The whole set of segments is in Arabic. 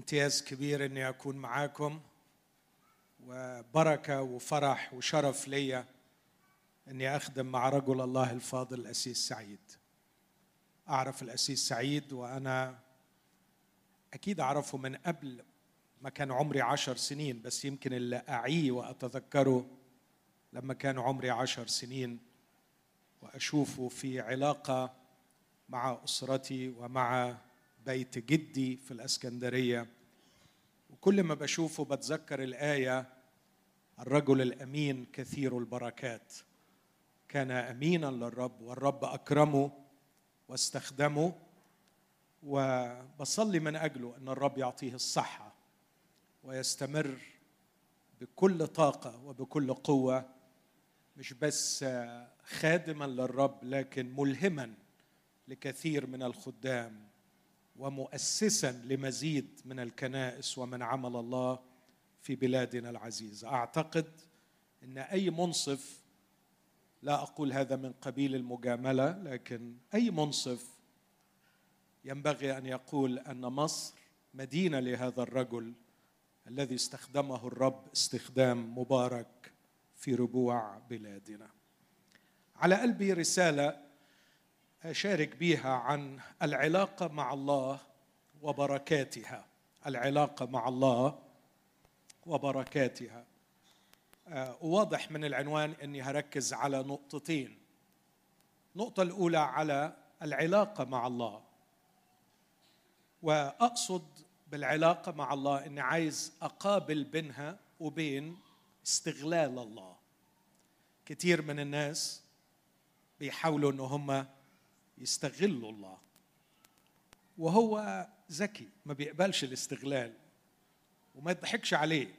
امتياز كبير اني اكون معاكم، وبركه وفرح وشرف ليا اني اخدم مع رجل الله الفاضل الأسيس سعيد. اعرف الأسيس سعيد وانا اكيد اعرفه من قبل ما كان عمري 10 سنين، بس يمكن اللي اعيه واتذكره لما كان عمري 10 سنين واشوفه في علاقه مع اسرتي ومع بيت جدي في الاسكندريه. وكل ما بشوفه بتذكر الآية: الرجل الأمين كثير البركات، كان أمينا للرب والرب أكرمه واستخدمه. وبصلي من أجله أن الرب يعطيه الصحة ويستمر بكل طاقة وبكل قوة، مش بس خادما للرب لكن ملهما لكثير من الخدام ومؤسساً لمزيد من الكنائس ومن عمل الله في بلادنا العزيزة. أعتقد أن أي منصف، لا أقول هذا من قبيل المجاملة، لكن أي منصف ينبغي أن يقول أن مصر مدينة لهذا الرجل الذي استخدمه الرب استخدام مبارك في ربوع بلادنا. على قلبي رسالة أشارك بها عن العلاقة مع الله وبركاتها. العلاقة مع الله وبركاتها. واضح من العنوان أني هركز على نقطتين. النقطة الأولى على العلاقة مع الله، وأقصد بالعلاقة مع الله أني عايز أقابل بينها وبين استغلال الله. كتير من الناس بيحاولوا أنه هم يستغلوا الله، وهو ذكي ما بيقبلش الاستغلال وما يضحكش عليه،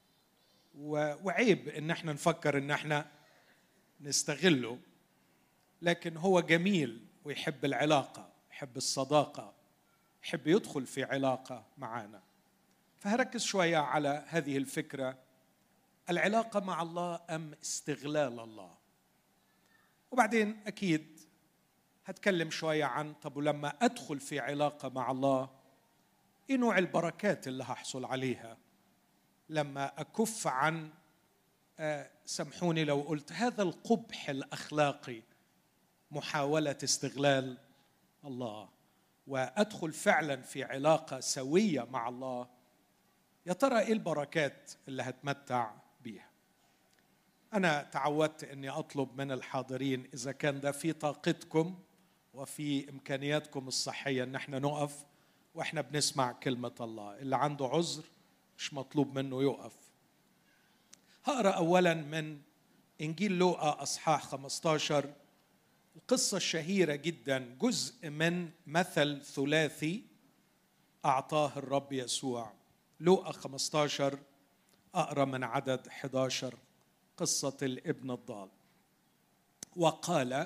وعيب ان احنا نفكر ان احنا نستغله. لكن هو جميل ويحب العلاقة، يحب الصداقة، يحب يدخل في علاقة معانا. فهركز شوية على هذه الفكرة: العلاقة مع الله أم استغلال الله؟ وبعدين أكيد هتكلم شوية عن طب ولما أدخل في علاقة مع الله إيه نوع البركات اللي هحصل عليها لما أكف عن سامحوني لو قلت هذا القبح الأخلاقي، محاولة استغلال الله، وأدخل فعلا في علاقة سوية مع الله. يا ترى إيه البركات اللي هتمتع بيها؟ أنا تعودت أني أطلب من الحاضرين إذا كان ده في طاقتكم وفي إمكانياتكم الصحية أن احنا نقف وإحنا بنسمع كلمة الله. اللي عنده عذر مش مطلوب منه يقف. هقرأ أولا من إنجيل لوقا أصحاح 15، القصة الشهيرة جدا، جزء من مثل ثلاثي أعطاه الرب يسوع. لوقا 15 أقرأ من عدد 11، قصة الابن الضال. وقال: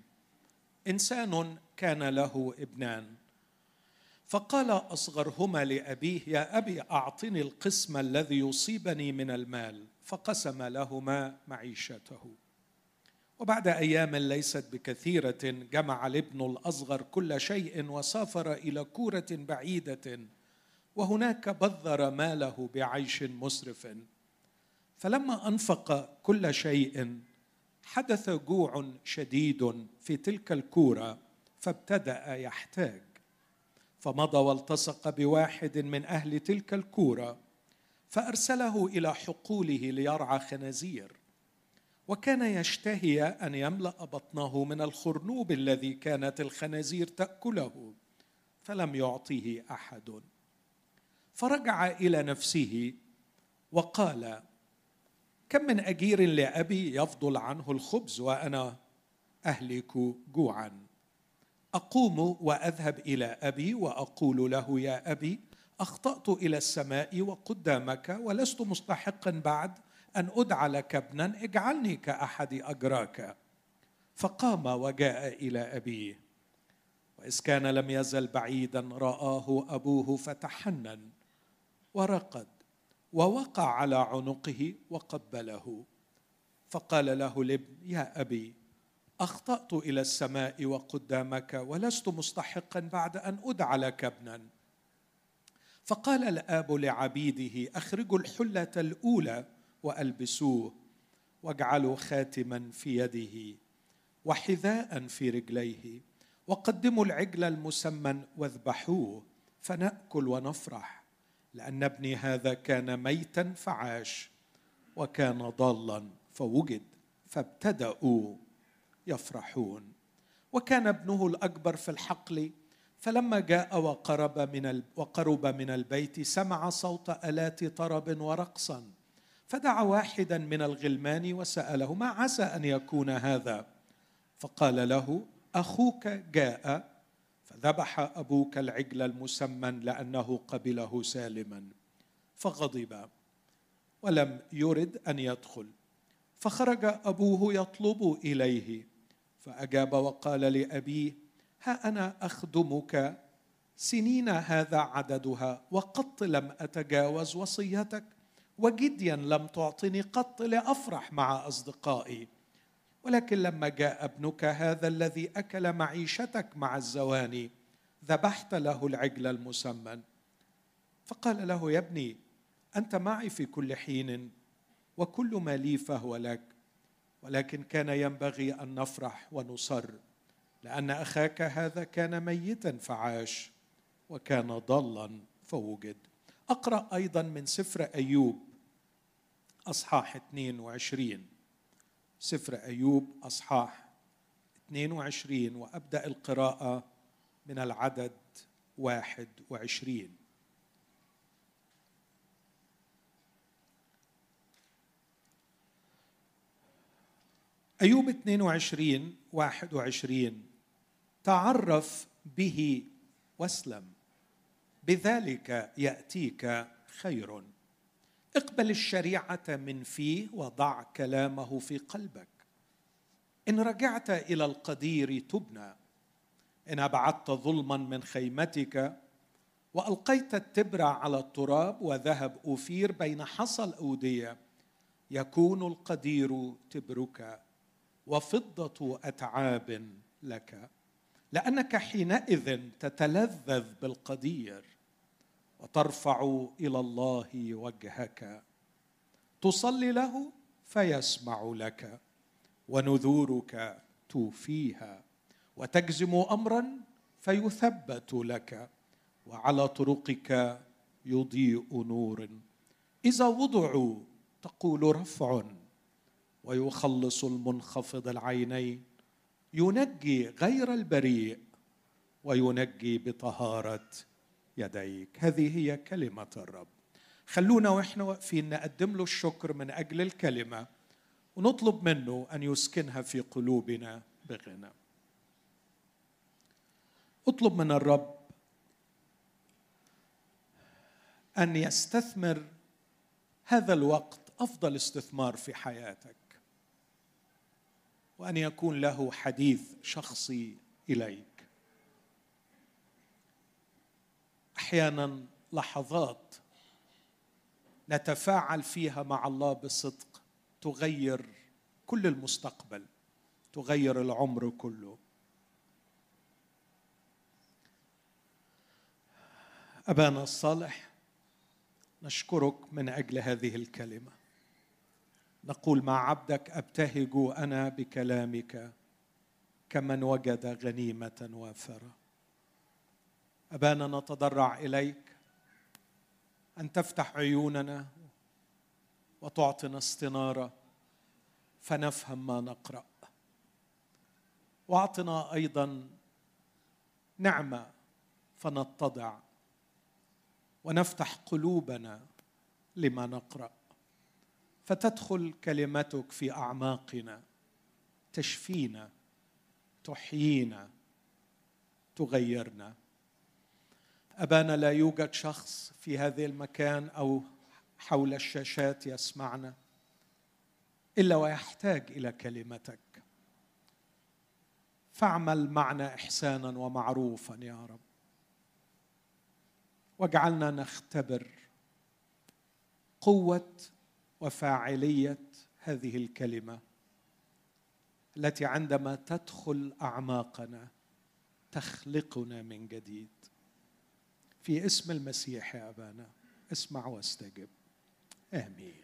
إنسان كان له ابنان، فقال أصغرهما لأبيه: يا أبي أعطني القسم الذي يصيبني من المال، فقسم لهما معيشته. وبعد أيام ليست بكثيرة جمع الابن الأصغر كل شيء وسافر إلى كورة بعيدة، وهناك بذر ماله بعيش مسرف. فلما أنفق كل شيء حدث جوع شديد في تلك الكورة، فابتدأ يحتاج، فمضى والتصق بواحد من أهل تلك الكورة فأرسله إلى حقوله ليرعى خنازير، وكان يشتهي أن يملأ بطنه من الخرنوب الذي كانت الخنازير تأكله، فلم يعطيه أحد. فرجع إلى نفسه وقال: كم من أجير لأبي يفضل عنه الخبز وأنا أهلك جوعا، أقوم وأذهب إلى أبي وأقول له: يا أبي، أخطأت إلى السماء وقدامك ولست مستحقا بعد أن أدعى لك ابنا، اجعلني كأحد أجراك. فقام وجاء إلى أبيه، وإذ كان لم يزل بعيدا رآه أبوه فتحنن ورقد ووقع على عنقه وقبله. فقال له الابن: يا أبي، أخطأت إلى السماء وقدامك ولست مستحقا بعد أن أدعى لك ابنا. فقال الآب لعبيده: أخرجوا الحلة الأولى وألبسوه، واجعلوا خاتما في يده وحذاء في رجليه، وقدموا العجل المسمن واذبحوه، فنأكل ونفرح، لأن ابني هذا كان ميتا فعاش، وكان ضالا فوجد. فابتدأوا يفرحون. وكان ابنه الأكبر في الحقل، فلما جاء وقرب من البيت سمع صوت آلات طرب ورقصا، فدعا واحدا من الغلمان وسأله: ما عسى أن يكون هذا؟ فقال له: أخوك جاء، فذبح أبوك العجل المسمن لأنه قبله سالما. فغضب ولم يرد أن يدخل، فخرج أبوه يطلب إليه، فأجاب وقال لأبيه: ها أنا أخدمك سنين هذا عددها، وقط لم أتجاوز وصيتك، وجديا لم تعطني قط لأفرح مع أصدقائي. ولكن لما جاء ابنك هذا الذي أكل معيشتك مع الزواني، ذبحت له العجل المسمن. فقال له: يا ابني، أنت معي في كل حين، وكل ما لي فهو لك، ولكن كان ينبغي أن نفرح ونصر، لأن أخاك هذا كان ميتا فعاش، وكان ضالا فوجد. أقرأ أيضا من سفر أيوب أصحاح 22، سفر أيوب أصحاح 22، وأبدأ القراءة من العدد 21. أيوب 22:21: تعرف به واسلم، بذلك يأتيك خير. اقبل الشريعة من فيه وضع كلامه في قلبك. إن رجعت إلى القدير تبنى، إن أبعدت ظلما من خيمتك، وألقيت التبر على التراب وذهب أوفير بين حصى الأودية، يكون القدير تبرك وفضة أتعاب لك، لأنك حينئذ تتلذذ بالقدير وترفع إلى الله وجهك، تصلي له فيسمع لك، ونذورك توفيها، وتجزم أمرا فيثبت لك، وعلى طرقك يضيء نور. إذا وضعوا تقول رفع، ويخلص المنخفض العينين، ينجي غير البريء، وينجي بطهارة يديك. هذه هي كلمة الرب. خلونا وإحنا واقفين نقدم له الشكر من أجل الكلمة، ونطلب منه أن يسكنها في قلوبنا بغنى. اطلب من الرب أن يستثمر هذا الوقت أفضل استثمار في حياتك، وأن يكون له حديث شخصي إليك. أحيانا لحظات نتفاعل فيها مع الله بصدق تغير كل المستقبل، تغير العمر كله. أبانا الصالح، نشكرك من أجل هذه الكلمة. نقول مع عبدك: أبتهج أنا بكلامك كمن وجد غنيمة وافرة. أبانا، نتضرع إليك أن تفتح عيوننا وتعطينا استنارة فنفهم ما نقرأ، واعطنا أيضا نعمة فنتضع ونفتح قلوبنا لما نقرأ، فتدخل كلمتك في أعماقنا، تشفينا، تحيينا، تغيرنا. أبانا، لا يوجد شخص في هذا المكان أو حول الشاشات يسمعنا إلا ويحتاج إلى كلمتك، فاعمل معنا إحسانا ومعروفا يا رب، واجعلنا نختبر قوة وفاعلية هذه الكلمة التي عندما تدخل أعماقنا تخلقنا من جديد. في اسم المسيح يا أبانا اسمع واستجب. آمين.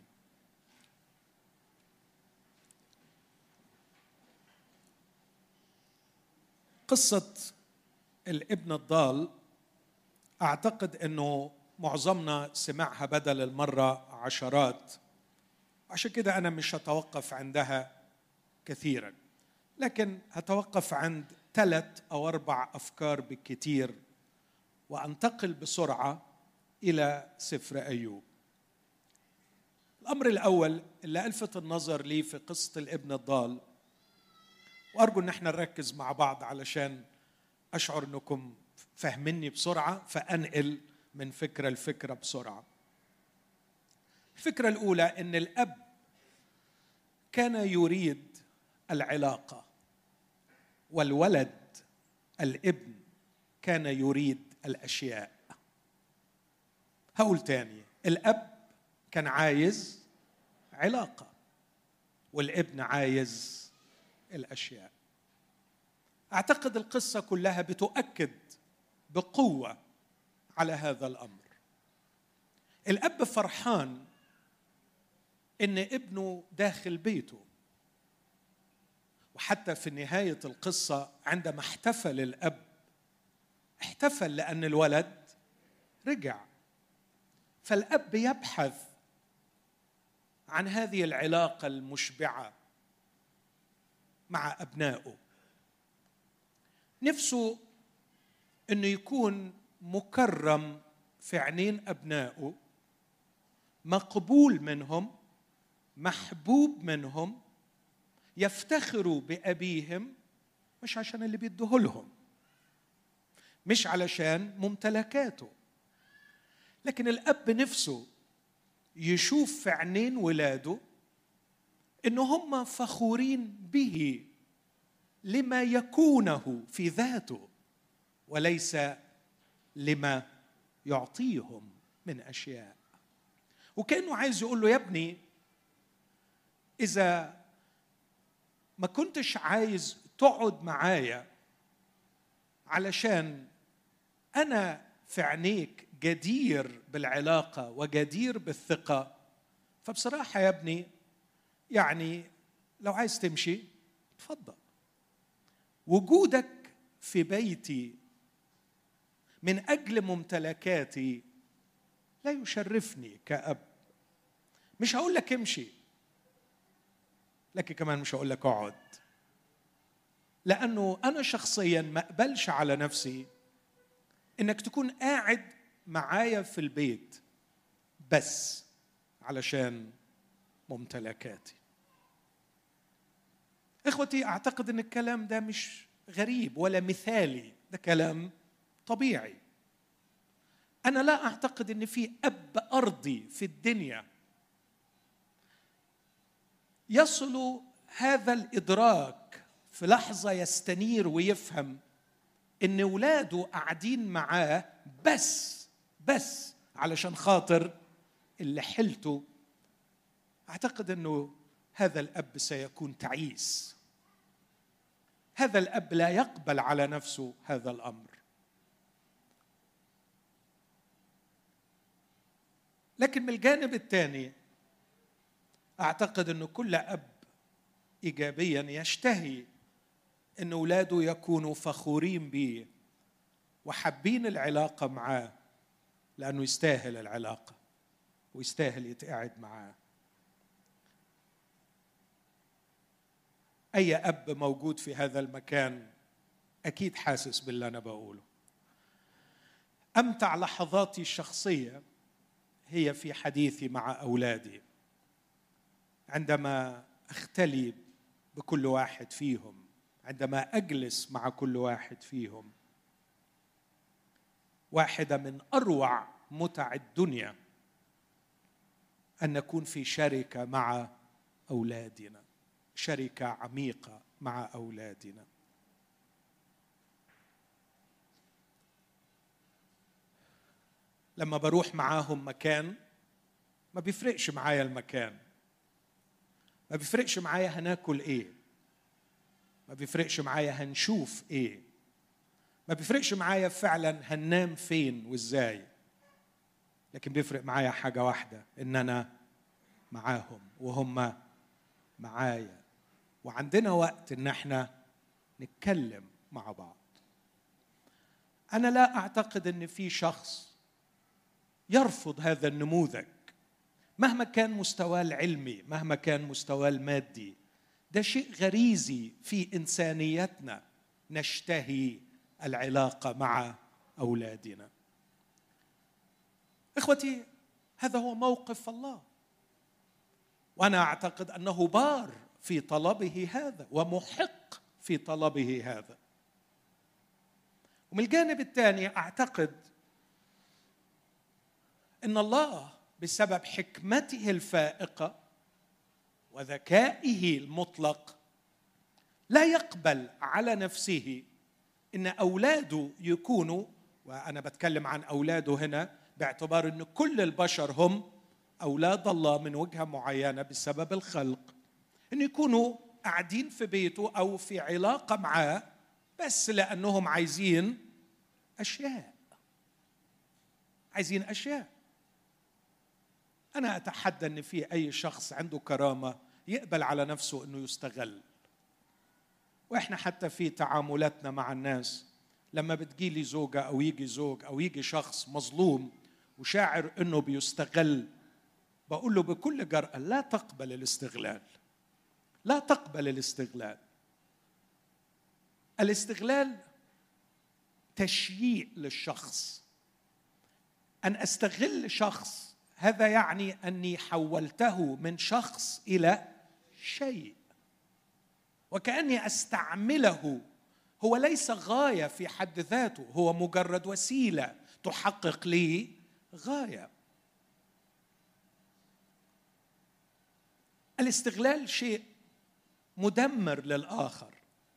قصة الابن الضال أعتقد أنه معظمنا سمعها بدل المرة عشرات، عشان كده أنا مش هتوقف عندها كثيرا، لكن هتوقف عند 3 أو 4 أفكار بالكثير وأنتقل بسرعة إلى سفر أيوب. الأمر الأول اللي ألفت النظر لي في قصة الابن الضال، وأرجو أن احنا نركز مع بعض علشان أشعر أنكم فهمني بسرعة فأنقل من فكرة لفكرة بسرعة. الفكرة الأولى أن الأب كان يريد العلاقة، والولد الابن كان يريد الأشياء. هقول تاني، الأب كان عايز علاقة والابن عايز الأشياء. أعتقد القصة كلها بتؤكد بقوة على هذا الأمر. الأب فرحان إن ابنه داخل بيته، وحتى في نهاية القصة عندما احتفل الأب احتفل لأن الولد رجع. فالأب يبحث عن هذه العلاقة المشبعة مع أبنائه، نفسه أنه يكون مكرم في عينين أبنائه، مقبول منهم، محبوب منهم، يفتخروا بأبيهم، مش عشان اللي بيديه لهم، مش علشان ممتلكاته، لكن الأب نفسه يشوف في عينين ولاده إن هم فخورين به لما يكونه في ذاته وليس لما يعطيهم من أشياء. وكأنه عايز يقول له يا ابني، إذا ما كنتش عايز تقعد معايا علشان أنا في عينيك جدير بالعلاقة وجدير بالثقة، فبصراحة يا ابني يعني لو عايز تمشي تفضل. وجودك في بيتي من أجل ممتلكاتي لا يشرفني كأب. مش هقول لك امشي، لكن كمان مش هقول لك اقعد، لأنه أنا شخصياً ما أقبلش على نفسي إنك تكون قاعد معايا في البيت بس علشان ممتلكاتي. إخوتي، أعتقد إن الكلام ده مش غريب ولا مثالي، ده كلام طبيعي. أنا لا أعتقد إن في أب أرضي في الدنيا يصل هذا الإدراك في لحظة يستنير ويفهم إن ولاده قاعدين معاه بس علشان خاطر اللي حلته. أعتقد إنه هذا الأب سيكون تعيس. هذا الأب لا يقبل على نفسه هذا الأمر. لكن من الجانب الثاني أعتقد أنه كل أب إيجابيا يشتهي أن أولاده يكونوا فخورين به وحابين العلاقة معاه، لأنه يستاهل العلاقة ويستاهل يتقعد معاه. أي أب موجود في هذا المكان أكيد حاسس باللي أنا بقوله. أمتع لحظاتي الشخصية هي في حديثي مع أولادي، عندما أختلي بكل واحد فيهم، عندما أجلس مع كل واحد فيهم. واحدة من أروع متع الدنيا أن نكون في شركة مع أولادنا، شركة عميقة مع أولادنا. لما بروح معاهم مكان ما بيفرقش معايا المكان، ما بيفرقش معايا هناكل ايه، ما بيفرقش معايا هنشوف ايه، ما بيفرقش معايا فعلا هننام فين وازاي، لكن بيفرق معايا حاجة واحدة، ان انا معاهم وهم معايا، وعندنا وقت ان احنا نتكلم مع بعض. انا لا اعتقد ان في شخص يرفض هذا النموذج مهما كان مستواه العلمي، مهما كان مستواه المادي. ده شيء غريزي في إنسانيتنا، نشتهي العلاقة مع أولادنا. إخوتي، هذا هو موقف الله، وأنا أعتقد أنه بار في طلبه هذا ومحق في طلبه هذا. ومن الجانب الثاني أعتقد أن الله بسبب حكمته الفائقة وذكائه المطلق لا يقبل على نفسه إن أولاده يكونوا، وأنا بتكلم عن أولاده هنا باعتبار أن كل البشر هم أولاد الله من وجهة معينة بسبب الخلق، أن يكونوا قاعدين في بيته أو في علاقة معاه بس لأنهم عايزين أشياء. أنا أتحدى أن في أي شخص عنده كرامة يقبل على نفسه أنه يستغل. وإحنا حتى في تعاملاتنا مع الناس لما بتجيلي زوجة أو يجي زوج أو يجي شخص مظلوم وشاعر أنه بيستغل، بقول له بكل جرأة لا تقبل الاستغلال، لا تقبل الاستغلال. الاستغلال تشييء للشخص. أن أستغل شخص هذا يعني أني حولته من شخص إلى شيء، وكأني أستعمله. هو ليس غاية في حد ذاته، هو مجرد وسيلة تحقق لي غاية. الاستغلال شيء مدمر للآخر.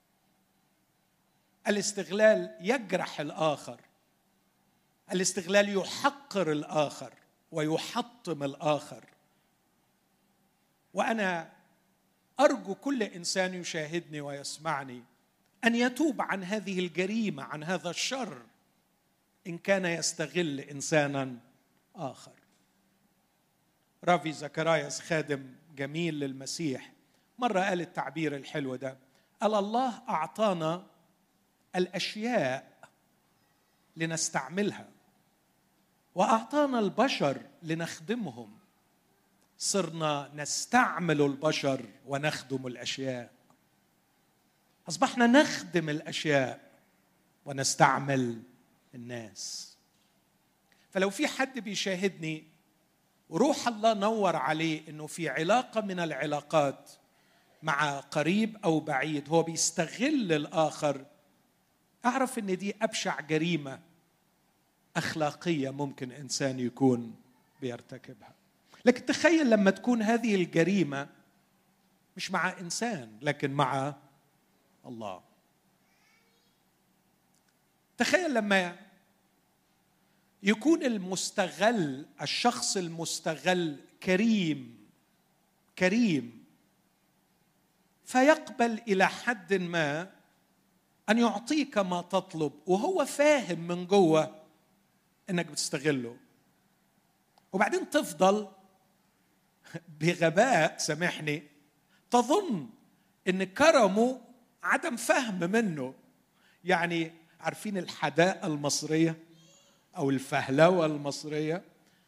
الاستغلال يجرح الآخر. الاستغلال يحقر الآخر ويحطم الآخر. وأنا أرجو كل إنسان يشاهدني ويسمعني أن يتوب عن هذه الجريمة، عن هذا الشر، إن كان يستغل إنسانا آخر. رافي زكراياس خادم جميل للمسيح مرة قال التعبير الحلو ده، قال: الله أعطانا الأشياء لنستعملها، وأعطانا البشر لنخدمهم. صرنا نستعمل البشر ونخدم الأشياء. أصبحنا نخدم الأشياء ونستعمل الناس. فلو في حد بيشاهدني وروح الله نور عليه إنه في علاقة من العلاقات مع قريب أو بعيد هو بيستغل الآخر، أعرف إن دي أبشع جريمة أخلاقية ممكن إنسان يكون بيرتكبها. لكن تخيل لما تكون هذه الجريمة مش مع إنسان لكن مع الله. تخيل لما يكون المستغل، الشخص المستغل كريم فيقبل إلى حد ما أن يعطيك ما تطلب وهو فاهم من جوه إنك بتستغله، وبعدين تفضل بغباء، سامحني، تظن إن كرمه عدم فهم منه. يعني عارفين الحداقة المصرية أو الفهلوة المصرية؟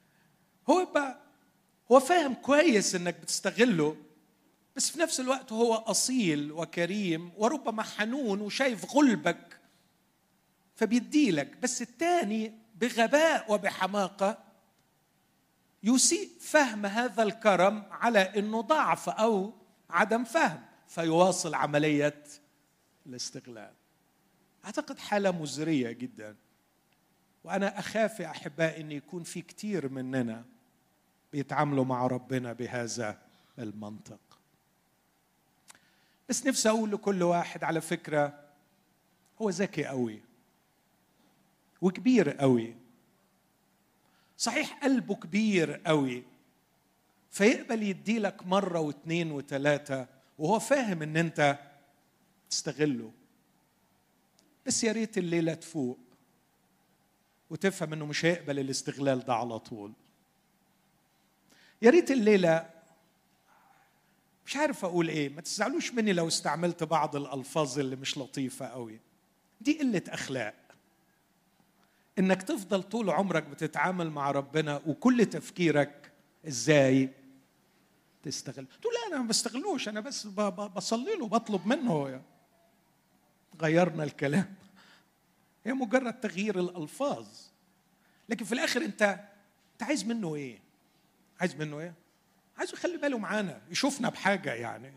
هو فاهم كويس إنك بتستغله، بس في نفس الوقت هو أصيل وكريم وربما حنون وشايف غلبك فبيديلك. بس التاني بغباء وبحماقة يسيء فهم هذا الكرم على إنه ضعف أو عدم فهم، فيواصل عملية الاستغلال. أعتقد حالة مزرية جدا، وأنا أخاف يا أحبائي أن يكون في كتير مننا بيتعاملوا مع ربنا بهذا المنطق. بس نفسي أقول لكل واحد على فكرة هو ذكي قوي وكبير قوي، صحيح قلبه كبير قوي فيقبل يديلك مرة واثنين وثلاثة وهو فاهم ان انت تستغله، بس يا ريت الليلة تفوق وتفهم انه مش هيقبل الاستغلال ده على طول. يا ريت الليلة، مش عارف اقول ايه، ما تزعلوش مني لو استعملت بعض الالفاظ اللي مش لطيفة قوي، دي قلة اخلاق. انك تفضل طول عمرك بتتعامل مع ربنا وكل تفكيرك ازاي تستغل. تقول لا انا ما بستغلوش، انا بس بصلي له بطلب منه. غيرنا الكلام، هي مجرد تغيير الالفاظ، لكن في الاخر انت عايز منه ايه؟ عايز منه ايه؟ عايزه يخلي باله معانا، يشوفنا بحاجه، يعني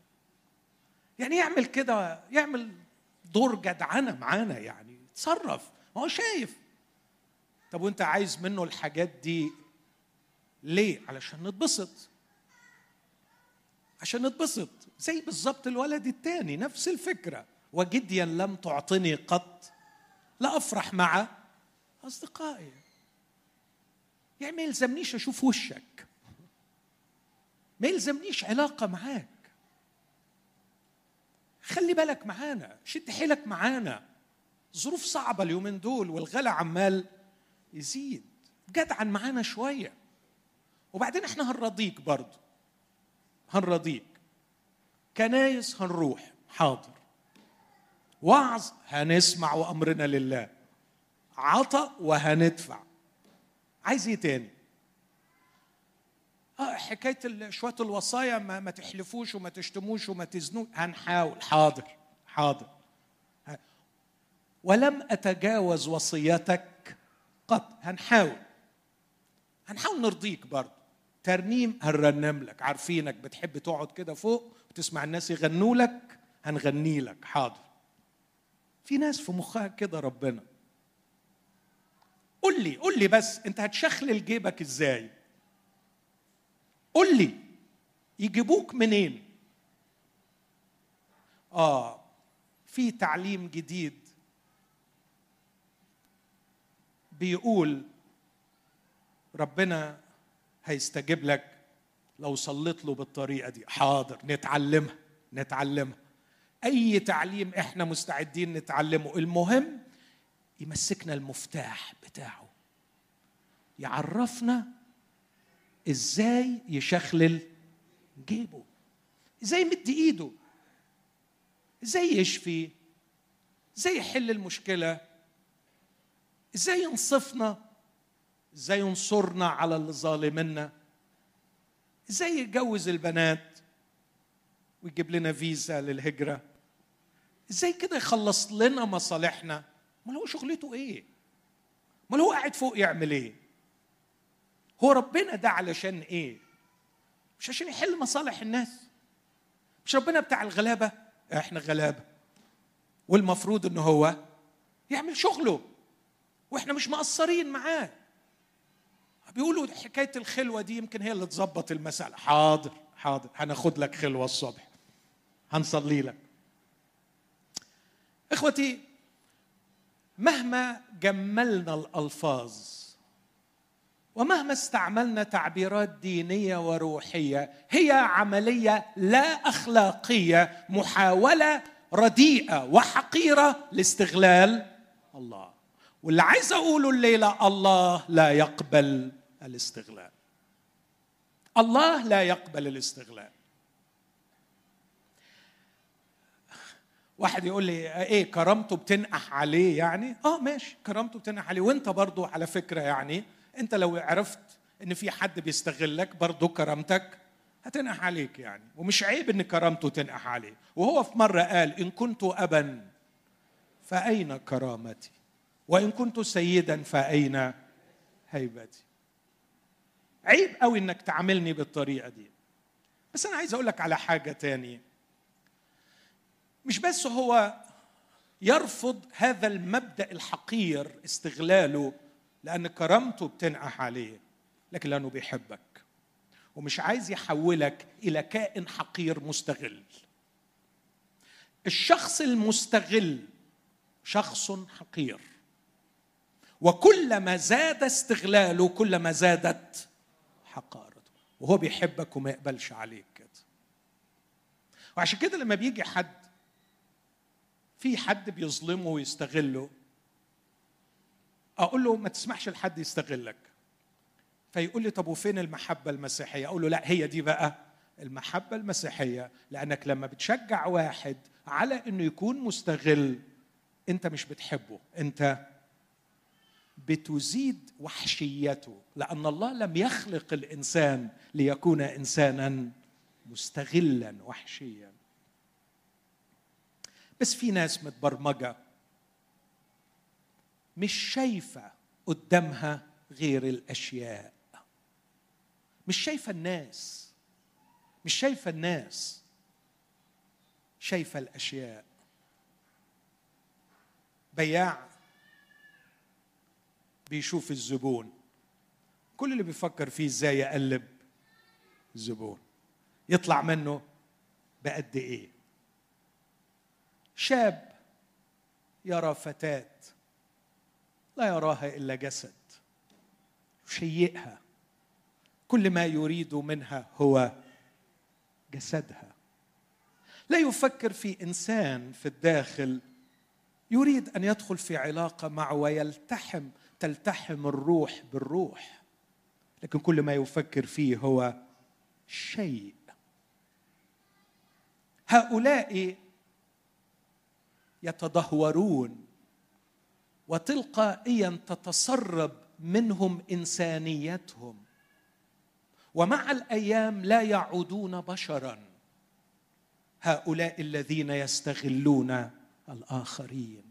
يعمل كده، يعمل دور جدعنه معانا، يعني يتصرف، ما هو شايف. طب وانت عايز منه الحاجات دي ليه؟ علشان نتبسط، عشان نتبسط. زي بالظبط الولد الثاني، نفس الفكره. وجديا لم تعطني قط لا افرح مع اصدقائي. يعني ما يلزمنيش اشوف وشك، ما يلزمنيش علاقه معاك. خلي بالك معانا، شد حيلك معانا. ظروف صعبه اليومين دول والغلا عمال يزيد، جدعن معانا شويه. وبعدين احنا هنرضيك برضه، هنرضيك. كنايس هنروح، حاضر. وعظ هنسمع وامرنا لله. عطا وهندفع. عايز ايه تاني؟ حكايه شويه الوصايا، ما تحلفوش وما تشتموش وما تزنوش، هنحاول. حاضر حاضر. ولم اتجاوز وصيتك قط. هنحاول نرضيك برضه. ترنيم هنرنم لك، عارفينك بتحب تقعد كده فوق وتسمع الناس يغنوا لك، هنغني لك. حاضر. في ناس في مخها كده ربنا. قول لي بس انت هتشخلل جيبك ازاي؟ قول لي يجيبوك منين؟ في تعليم جديد بيقول ربنا هيستجيب لك لو صليت له بالطريقة دي. حاضر، نتعلمها. أي تعليم إحنا مستعدين نتعلمه، المهم يمسكنا المفتاح بتاعه، يعرفنا إزاي يشخلل جيبه، إزاي يمد إيده، إزاي يشفي، إزاي يحل المشكلة، إزاي ينصفنا، إزاي ينصرنا على اللي ظالمنا، إزاي يجوز البنات ويجيب لنا فيزا للهجرة، إزاي كده يخلص لنا مصالحنا. ما هو شغلته إيه؟ ما هو قاعد فوق يعمل إيه؟ هو ربنا ده علشان إيه؟ مش عشان يحل مصالح الناس. مش ربنا بتاع الغلابة؟ إحنا غلابة، والمفروض إنه هو يعمل شغله وإحنا مش مقصرين معاه. بيقولوا حكاية الخلوة دي يمكن هي اللي تظبط المسألة. حاضر، هناخد لك خلوة الصبح، هنصلي لك. إخوتي، مهما جملنا الألفاظ ومهما استعملنا تعبيرات دينية وروحية، هي عملية لا أخلاقية، محاولة رديئة وحقيرة لاستغلال الله. واللي عايز أقوله الليلة، الله لا يقبل الاستغلال. الله لا يقبل الاستغلال. واحد يقول لي ايه، كرامته بتنقح عليه يعني؟ ماشي، كرامته بتنقح عليه. وانت برضو على فكرة، يعني انت لو عرفت ان في حد بيستغلك برضو كرامتك هتنقح عليك يعني. ومش عيب ان كرامته تنقح عليه. وهو في مرة قال إن كنت أبا فأين كرامتي، وإن كنت سيدا فأين هيبتي. عيب قوي انك تعاملني بالطريقة دي. بس انا عايز اقول لك على حاجة تاني. مش بس هو يرفض هذا المبدأ الحقير استغلاله لأن كرامته بتنقح عليه، لكن لأنه بيحبك ومش عايز يحولك إلى كائن حقير مستغل. الشخص المستغل شخص حقير، وكلما زاد استغلاله كلما زادت حقارته. وهو بيحبك وما يقبلش عليك كده. وعشان كده لما بيجي حد في حد بيظلمه ويستغله، اقول له ما تسمحش لحد يستغلك. فيقول لي طب وفين المحبة المسيحية؟ اقول له لا، هي دي بقى المحبة المسيحية. لانك لما بتشجع واحد على انه يكون مستغل، انت مش بتحبه، انت بتزيد وحشيته، لان الله لم يخلق الانسان ليكون انسانا مستغلا وحشيا. بس في ناس متبرمجة مش شايفة قدامها غير الأشياء، مش شايفة الناس، مش شايفة الناس، شايفة الأشياء. بياع بيشوف الزبون، كل اللي بيفكر فيه ازاي يقلب الزبون يطلع منه بقد ايه. شاب يرى فتاة لا يراها إلا جسد، يشيئها، كل ما يريد منها هو جسدها. لا يفكر في إنسان في الداخل يريد أن يدخل في علاقة معه ويلتحم، تلتحم الروح بالروح، لكن كل ما يفكر فيه هو شيء. هؤلاء يتدهورون وتلقائيا تتسرب منهم إنسانيتهم، ومع الأيام لا يعودون بشرا. هؤلاء الذين يستغلون الآخرين.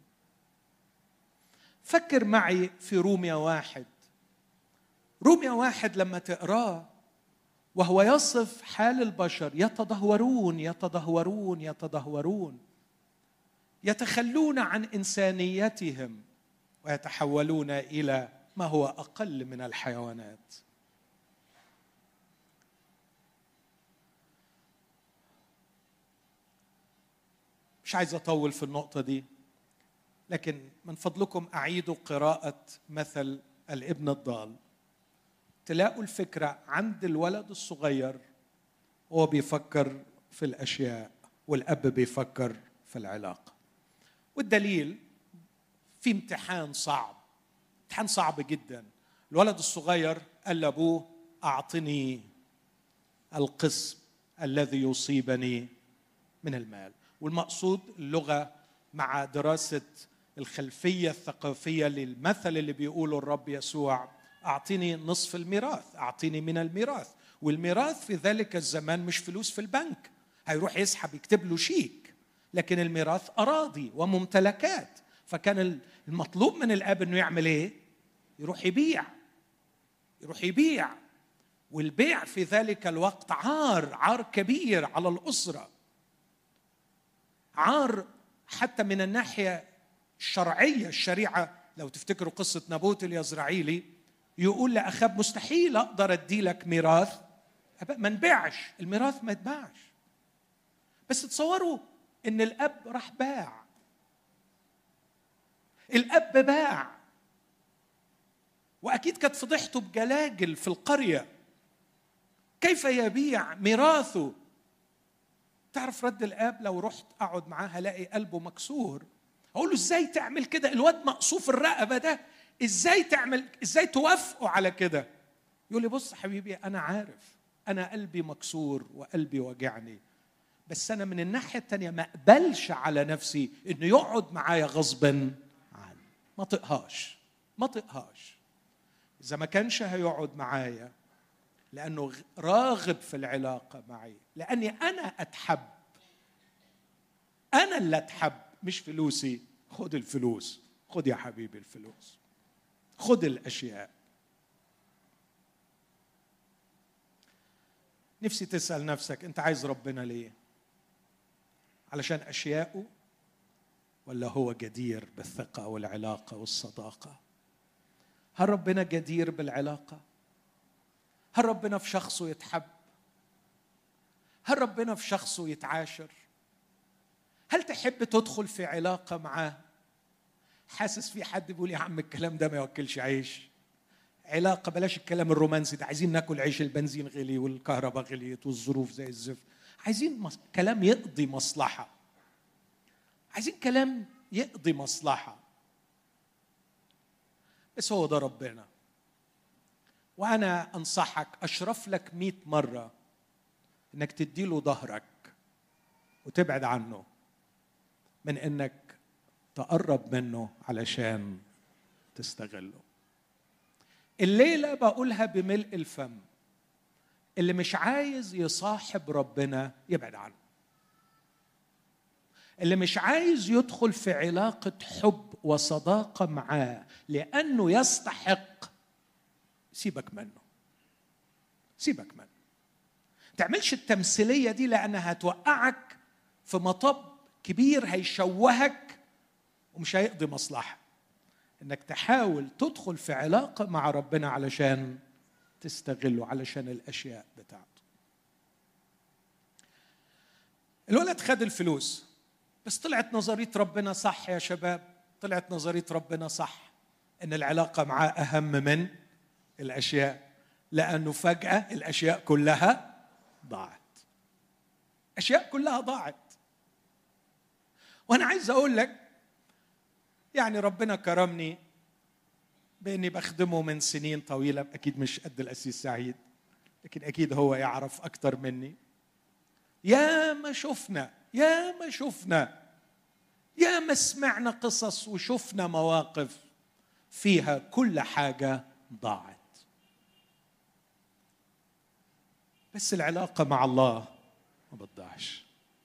فكر معي في روميا 1. روميا 1 لما تقراه وهو يصف حال البشر، يتدهورون يتدهورون يتدهورون، يتخلون عن إنسانيتهم ويتحولون إلى ما هو أقل من الحيوانات. مش عايز أطول في النقطة دي، لكن من فضلكم أعيدوا قراءة مثل الابن الضال. تلاقوا الفكرة عند الولد الصغير، هو بيفكر في الأشياء والأب بيفكر في العلاقة. والدليل في امتحان صعب، امتحان صعب جدا. الولد الصغير قال لأبوه أعطني القسم الذي يصيبني من المال. والمقصود اللغة مع دراسة الخلفية الثقافية للمثل اللي بيقوله الرب يسوع، أعطيني نصف الميراث، أعطيني من الميراث. والميراث في ذلك الزمان مش فلوس في البنك هيروح يسحب يكتب له شيك، لكن الميراث أراضي وممتلكات. فكان المطلوب من الأب أنه يعمل إيه؟ يروح يبيع. والبيع في ذلك الوقت عار كبير على الأسرة، عار حتى من الناحية الشرعية. الشريعة لو تفتكروا قصة نابوت اليزرعيلي، يقول لأخاب مستحيل أقدر أدي لك ميراث، ما نبيعش الميراث، ما يتباعش. بس تصوروا إن الأب راح باع، الأب باع، وأكيد كانت فضحته بجلاجل في القرية. كيف يبيع ميراثه؟ تعرف رد الأب؟ لو رحت أقعد معاه هلاقي قلبه مكسور. أقول له إزاي تعمل كده؟ الواد مقصوف الرقبة ده، إزاي تعمل؟ إزاي توافقوا على كده؟ يقول لي بص حبيبي، أنا عارف أنا قلبي مكسور وقلبي وجعني، بس أنا من الناحية التانية ما أقبلش على نفسي إنه يقعد معايا غصبا عني. ما طقهاش. إذا ما كانش هيقعد معايا لأنه راغب في العلاقة معي، لأني أنا أتحب، أنا اللي أتحب مش فلوسي. خد الفلوس، خد يا حبيبي الفلوس، خد الأشياء. نفسي تسأل نفسك، أنت عايز ربنا ليه؟ علشان أشياءه، ولا هو جدير بالثقة والعلاقة والصداقة؟ هل ربنا جدير بالعلاقة؟ هل ربنا في شخصه يتحب؟ هل ربنا في شخصه يتعاشر؟ هل تحب تدخل في علاقة معاه حاسس في حد بيقول يا عم الكلام ده ما يوكلش عيش؟ علاقة بلاش الكلام الرومانسي ده، عايزين ناكل عيش، البنزين غلي والكهرباء غليت والظروف زي الزفت، عايزين كلام يقضي مصلحة. عايزين كلام يقضي مصلحة. بس هو ده ربنا. وأنا أنصحك أشرف لك 100 مرة إنك تديله ظهرك وتبعد عنه من إنك تقرب منه علشان تستغله. الليلة بقولها بملء الفم، اللي مش عايز يصاحب ربنا يبعد عنه. اللي مش عايز يدخل في علاقة حب وصداقة معاه لأنه يستحق، سيبك منه، سيبك منه. تعملش التمثيلية دي لأنها هتوقعك في مطب كبير هيشوهك ومش هيقضي مصلحة. إنك تحاول تدخل في علاقة مع ربنا علشان تستغله، علشان الأشياء بتاعته. الولد خد الفلوس، بس طلعت نظرية ربنا صح يا شباب، طلعت نظرية ربنا صح إن العلاقة معاه أهم من الأشياء، لأنه فجأة الأشياء كلها ضاعت. أشياء كلها ضاعت. وأنا عايز أقول لك يعني ربنا كرمني بإني بخدمه من سنين طويلة، أكيد مش قد الأسيس سعيد، لكن أكيد هو يعرف أكتر مني. يا ما شفنا، يا ما شفنا، يا ما سمعنا قصص وشفنا مواقف فيها كل حاجة ضاعت. بس العلاقة مع الله ما بتضيعش.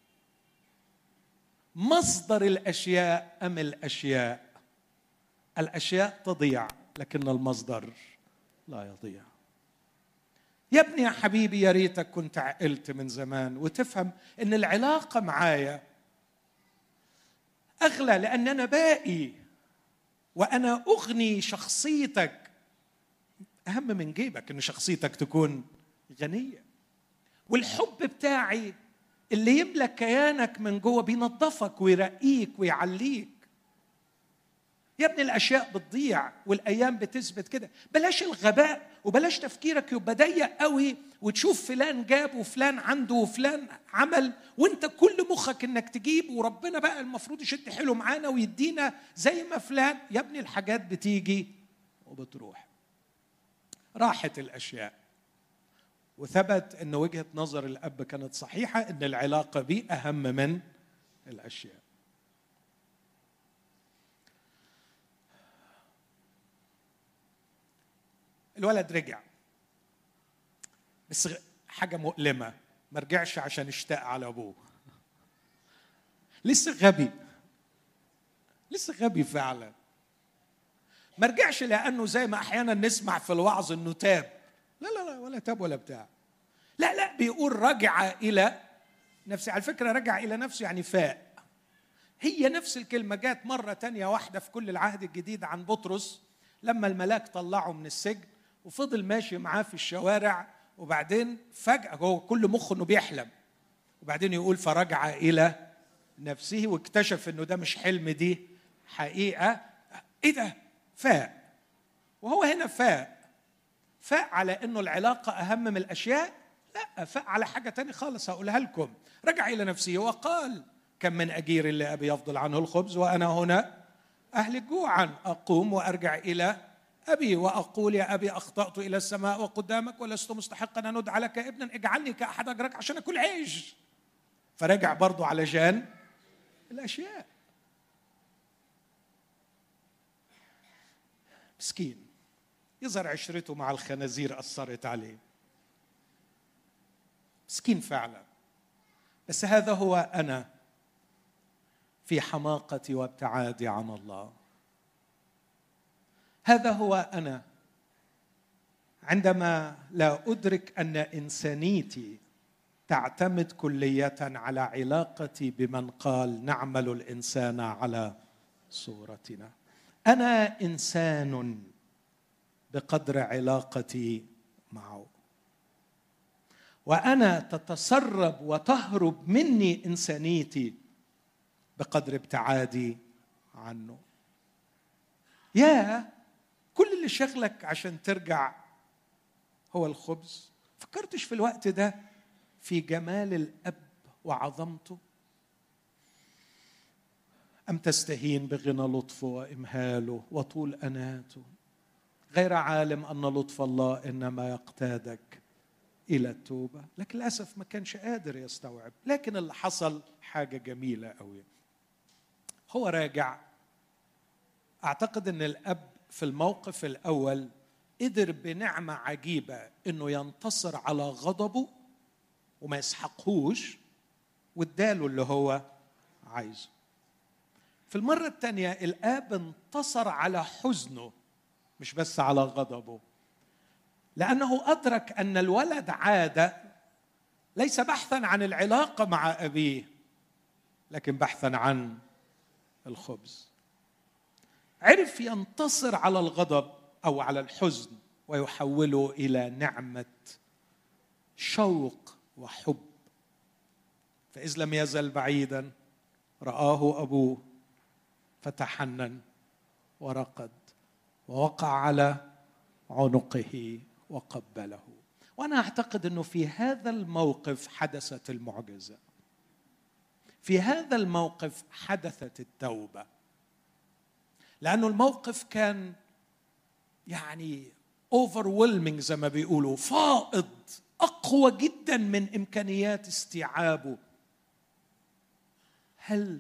مصدر الأشياء أم الأشياء؟ الأشياء تضيع لكن المصدر لا يضيع. يا ابني يا حبيبي، يا ريتك كنت عقلت من زمان وتفهم إن العلاقة معايا أغلى، لأن أنا باقي وأنا أغني شخصيتك. أهم من جيبك إن شخصيتك تكون غنية، والحب بتاعي اللي يملك كيانك من جوه بينظفك ويرقيك ويعليك. يا ابني الأشياء بتضيع والأيام بتثبت كده. بلاش الغباء وبلاش تفكيرك يبقى ضيق قوي وتشوف فلان جاب وفلان عنده وفلان عمل وانت كل مخك انك تجيب، وربنا بقى المفروض يشد حيله معانا ويدينا زي ما فلان. يا ابني الحاجات بتيجي وبتروح. راحت الأشياء، وثبت ان وجهة نظر الأب كانت صحيحة، ان العلاقة بيه أهم من الأشياء. الولد رجع، بس حاجة مؤلمة، ما رجعش عشان اشتاق على أبوه. لسه غبي، لسه غبي فعلا. ما رجعش لأنه زي ما أحيانا نسمع في الوعظ أنه تاب. لا لا لا، ولا تاب ولا بتاع. لا لا، بيقول رجع إلى نفسه. على فكرة رجع إلى نفسه يعني فاق. هي نفس الكلمة جات مرة تانية واحدة في كل العهد الجديد عن بطرس، لما الملاك طلعه من السجن وفضل ماشي معاه في الشوارع، وبعدين فجأة هو كل مخه انه بيحلم، وبعدين يقول فرجع إلى نفسه واكتشف انه ده مش حلم، دي حقيقة. ايه ده؟ فاق. وهو هنا فاق على انه العلاقة اهم من الاشياء؟ لا، فاق على حاجة تانية خالص هقولها لكم. رجع إلى نفسه وقال كم من أجير لأبي يفضل عنه الخبز وأنا هنا أهلك جوعا، أقوم وأرجع إلى أبي وأقول يا أبي أخطأت إلى السماء وقدامك ولست مستحقا أن أدعى لك ابنا، اجعلني كأحد أجرك عشان أكل عيش. فرجع برضو علشان الأشياء. مسكين، يظهر عشرته مع الخنازير أثرت عليه. مسكين فعلا. بس هذا هو أنا في حماقتي وابتعادي عن الله. هذا هو أنا عندما لا أدرك أن إنسانيتي تعتمد كلية على علاقتي بمن قال نعمل الإنسان على صورتنا. أنا إنسان بقدر علاقتي معه، وأنا تتسرب وتهرب مني إنسانيتي بقدر ابتعادي عنه. يا كل اللي شغلك عشان ترجع هو الخبز. فكرتش في الوقت ده في جمال الأب وعظمته؟ أم تستهين بغنى لطفه وإمهاله وطول أناته، غير عالم أن لطف الله إنما يقتادك إلى التوبة؟ لكن للأسف ما كانش قادر يستوعب. لكن اللي حصل حاجة جميلة قوي. هو راجع، أعتقد أن الأب في الموقف الأول قدر بنعمة عجيبة أنه ينتصر على غضبه وما يسحقهوش، واداله اللي هو عايزه. في المرة الثانية الآب انتصر على حزنه مش بس على غضبه، لأنه أدرك أن الولد عاد ليس بحثا عن العلاقة مع أبيه، لكن بحثا عن الخبز. عرف ينتصر على الغضب أو على الحزن ويحوله إلى نعمة شوق وحب. فإذ لم يزل بعيدا رآه أبوه فتحنن ورقد ووقع على عنقه وقبله. وأنا أعتقد أنه في هذا الموقف حدثت المعجزة، في هذا الموقف حدثت التوبة، لأنه الموقف كان يعني overwhelming زي ما بيقولوا، فائض، أقوى جدا من إمكانيات استيعابه. هل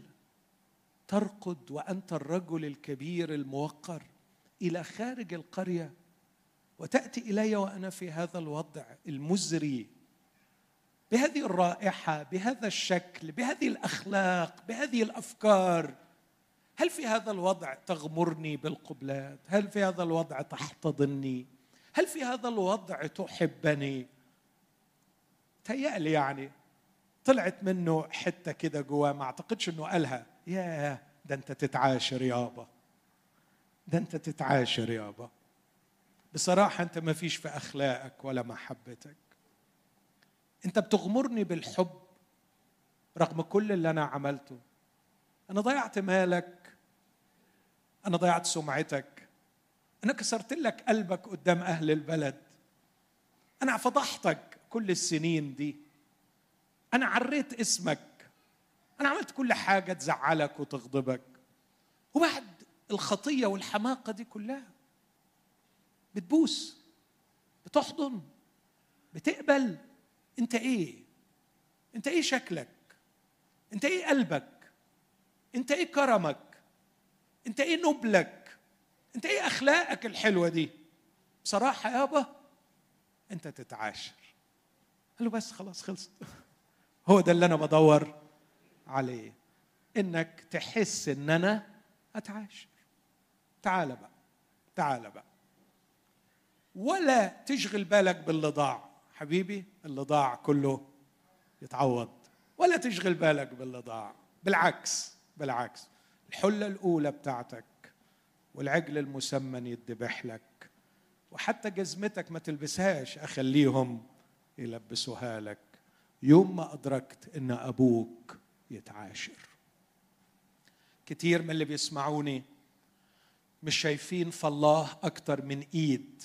تركض وأنت الرجل الكبير الموقر إلى خارج القرية وتأتي إلي وأنا في هذا الوضع المزري، بهذه الرائحة، بهذا الشكل، بهذه الأخلاق، بهذه الأفكار؟ هل في هذا الوضع تغمرني بالقبلات؟ هل في هذا الوضع تحتضني؟ هل في هذا الوضع تحبني؟ تهيألي يعني طلعت منه حتة كده جواه، ما أعتقدش أنه قالها. ياه، ده أنت تتعاشر يابا، ده أنت تتعاشر يابا. بصراحة أنت ما فيش في أخلاقك ولا محبتك. أنت بتغمرني بالحب رغم كل اللي أنا عملته. أنا ضيعت مالك، أنا ضيعت سمعتك، أنا كسرت لك قلبك قدام أهل البلد، أنا فضحتك كل السنين دي، أنا عريت اسمك، أنا عملت كل حاجة تزعلك وتغضبك، وبعد الخطية والحماقة دي كلها بتبوس، بتحضن، بتقبل. أنت إيه؟ أنت إيه شكلك؟ أنت إيه قلبك؟ أنت إيه كرمك؟ أنت إيه نبلك؟ أنت إيه أخلاقك الحلوة دي؟ بصراحة يابا أنت تتعاشر. قال له بس خلاص خلصت. هو ده اللي أنا بدور عليه، إنك تحس إن أنا أتعاشر. تعال بقى، تعال بقى، ولا تشغل بالك باللي ضاع. حبيبي اللي ضاع كله يتعوض، ولا تشغل بالك باللي ضاع. بالعكس، بالعكس، الحلة الأولى بتاعتك والعجل المسمن يدبح لك، وحتى جزمتك ما تلبسهاش أخليهم يلبسوها لك يوم ما أدركت إن أبوك يتعاشر. كتير من اللي بيسمعوني مش شايفين في الله أكتر من إيد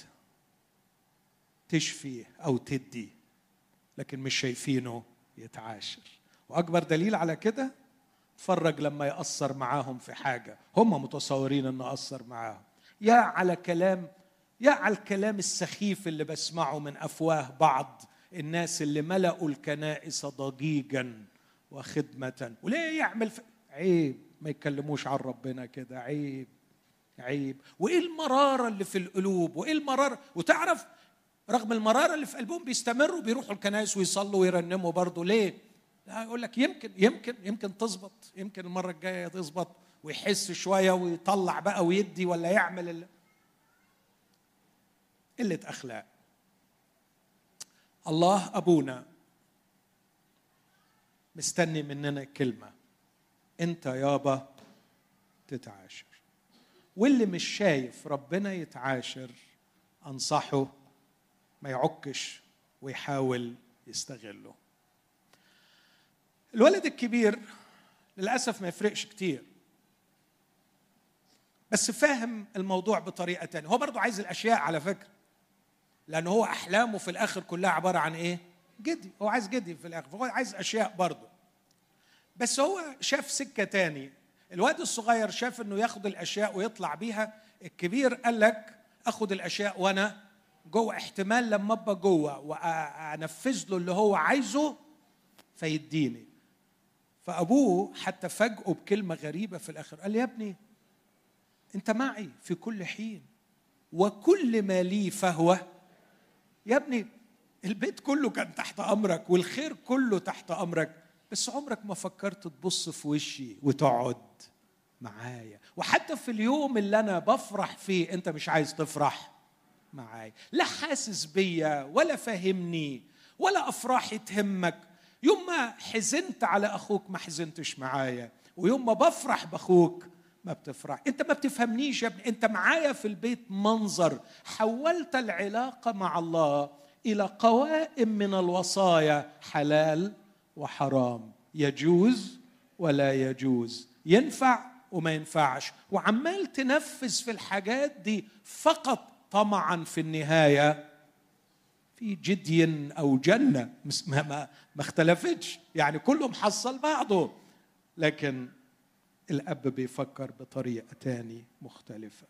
تشفي أو تدي، لكن مش شايفينه يتعاشر. وأكبر دليل على كده، تفرج لما يأثر معاهم في حاجة هم متصورين أنه أثر معاهم. يا على الكلام السخيف اللي بسمعه من أفواه بعض الناس اللي ملأوا الكنائس ضجيجا وخدمة. وليه يعمل عيب ما يتكلموش عن ربنا كده، عيب عيب. وإيه المرارة اللي في القلوب، وإيه المرارة. وتعرف رغم المرارة اللي في قلبهم بيستمروا بيروحوا الكنائس ويصلوا ويرنموا برضو. ليه؟ يقول لك يمكن تظبط، يمكن المرة الجاية تظبط، ويحس شوية ويطلع بقى ويدي ولا يعمل قلة أخلاق. الله أبونا مستني مننا كلمة، أنت يابا تتعاشر. واللي مش شايف ربنا يتعاشر أنصحه ما يعكش ويحاول يستغله. الولد الكبير للأسف ما يفرقش كتير، بس فاهم الموضوع بطريقة تانية. هو برضو عايز الأشياء على فكرة، لأنه هو أحلامه في الآخر كلها عبارة عن إيه؟ جدي. هو عايز جدي في الآخر، فهو عايز أشياء برضو. بس هو شاف سكة تاني، الواد الصغير شاف انه ياخد الاشياء ويطلع بيها، الكبير قال لك اخد الاشياء وانا جوه، احتمال لما ابقى جوه وانفذ له اللي هو عايزه فيديني. فابوه حتى فاجئه بكلمه غريبه في الاخر، قال يا ابني انت معي في كل حين وكل ما لي فهو. يا ابني البيت كله كان تحت امرك والخير كله تحت امرك، بس عمرك ما فكرت تبص في وشي وتقعد معايا. وحتى في اليوم اللي انا بفرح فيه انت مش عايز تفرح معايا، لا حاسس بيا ولا فاهمني ولا افراحي تهمك. يوم ما حزنت على اخوك ما حزنتش معايا، ويوم ما بفرح باخوك ما بتفرح. انت ما بتفهمنيش يا ابني، انت معايا في البيت منظر. حولت العلاقة مع الله الى قوائم من الوصايا، حلال وحرام، يجوز ولا يجوز، ينفع وما ينفعش، وعمال تنفذ في الحاجات دي فقط طمعا في النهاية في جدي أو جنة. ما اختلفتش، يعني كله محصل بعضه، لكن الأب بيفكر بطريقة تاني مختلفة.